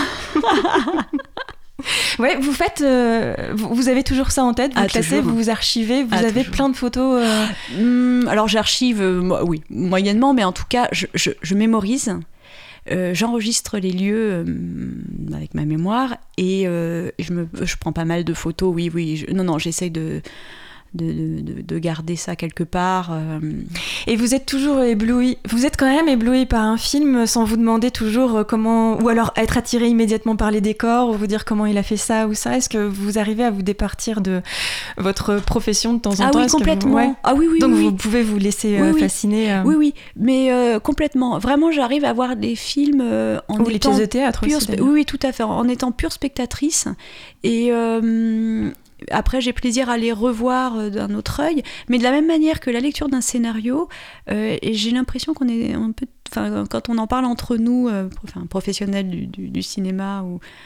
Ouais, vous faites... Euh, vous, vous avez toujours ça en tête, vous ah, classez, toujours. Vous vous archivez, vous ah, avez toujours. Plein de photos... Euh... Hum, alors, j'archive, euh, oui, moyennement, mais en tout cas, je, je, je mémorise... Euh, j'enregistre les lieux euh, avec ma mémoire et euh, je, me, je prends pas mal de photos, oui, oui. Je, non, non, j'essaye de, de, de, de garder ça quelque part. Euh. Et vous êtes toujours ébloui, vous êtes quand même ébloui par un film sans vous demander toujours comment, ou alors être attiré immédiatement par les décors, ou vous dire comment il a fait ça ou ça. Est-ce que vous arrivez à vous départir de votre profession de temps en ah temps? Oui, complètement. Vous... Ouais. Ah oui, oui, Donc oui, vous oui. pouvez vous laisser oui, euh, oui. fasciner. Euh... Oui, oui, mais euh, complètement. Vraiment, j'arrive à voir des films euh, en ou étant... les pièces de théâtre pure aussi. Spe... Oui, oui, tout à fait. En étant pure spectatrice. Et... Euh... Après, j'ai plaisir à les revoir d'un autre œil, mais de la même manière que la lecture d'un scénario, euh, et j'ai l'impression qu'on est un peu, enfin, quand on en parle entre nous, euh, enfin, professionnels du, du, du cinéma ou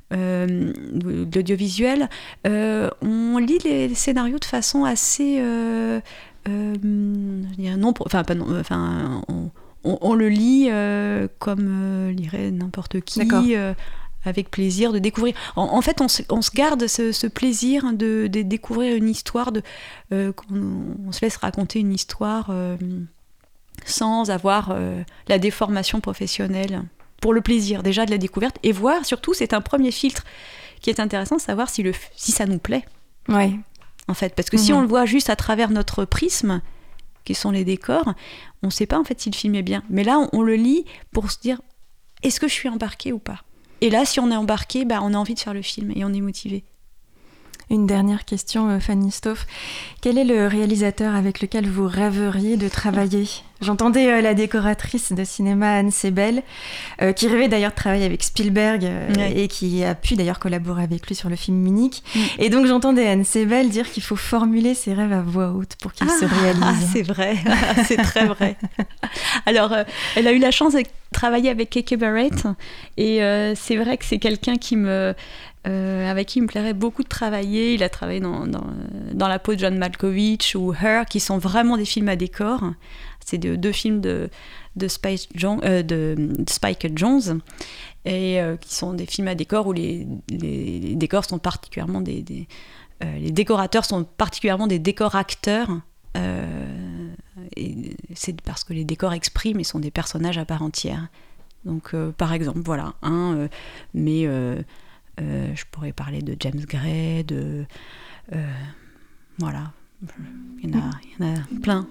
euh, de l'audiovisuel, euh, on lit les scénarios de façon assez... Euh, euh, je dirais non, enfin, pas non, enfin on, on, on le lit euh, comme euh, lirait n'importe qui, euh, avec plaisir de découvrir. En, en fait, on se, on se garde ce, ce plaisir de, de découvrir une histoire, de, euh, on, on se laisse raconter une histoire euh, sans avoir euh, la déformation professionnelle, pour le plaisir déjà de la découverte, et voir surtout, c'est un premier filtre qui est intéressant, savoir si, le, si ça nous plaît. Ouais. En fait, parce que mmh. si on le voit juste à travers notre prisme, qui sont les décors, on ne sait pas en fait si le film est bien. Mais là, on, on le lit pour se dire, est-ce que je suis embarquée ou pas ? Et là, si on est embarqué, bah, on a envie de faire le film et on est motivé. Une dernière question, Fanny Stauff. Quel est le réalisateur avec lequel vous rêveriez de travailler ? J'entendais euh, la décoratrice de cinéma Anne Sebel, euh, qui rêvait d'ailleurs de travailler avec Spielberg euh, ouais. et qui a pu d'ailleurs collaborer avec lui sur le film Munich. Mm. Et donc j'entendais Anne Sebel dire qu'il faut formuler ses rêves à voix haute pour qu'ils ah, se réalisent. Ah, c'est vrai, c'est très vrai. Alors, euh, elle a eu la chance de travailler avec Keke Barrett, et euh, c'est vrai que c'est quelqu'un qui me... Euh, avec qui il me plairait beaucoup de travailler. Il a travaillé dans, dans, dans La peau de John Malkovich ou Her, qui sont vraiment des films à décor. C'est de, deux films de, de, Spike Jonze, euh, de, de Spike Jonze, et euh, qui sont des films à décor où les, les, les décors sont particulièrement des... des euh, les décorateurs sont particulièrement des décor-acteurs. Euh, et c'est parce que les décors expriment et sont des personnages à part entière. Donc, euh, par exemple, voilà. Hein, euh, mais... Euh, Euh, je pourrais parler de James Gray, de... Euh, voilà. Il y en a, il y en a plein.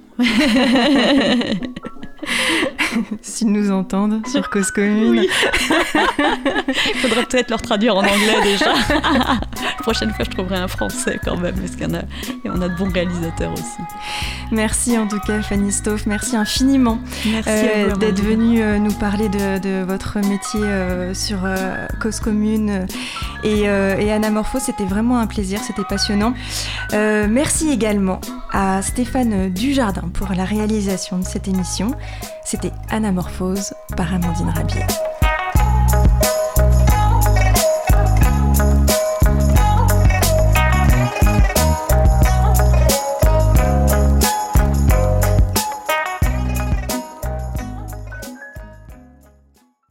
S'ils nous entendent sur Cause Commune. Oui. Il faudrait peut-être leur traduire en anglais déjà. La prochaine fois, je trouverai un français quand même, parce qu'il y en a, et on a de bons réalisateurs aussi. Merci en tout cas, Fanny Stauff. Merci infiniment Merci euh, vous, d'être venue euh, nous parler de, de votre métier euh, sur euh, Cause Commune et, euh, et Anamorphose. C'était vraiment un plaisir, c'était passionnant. Euh, merci également à Stéphane Dujardin pour la réalisation de cette émission. C'était Anamorphose par Amandine Rabier.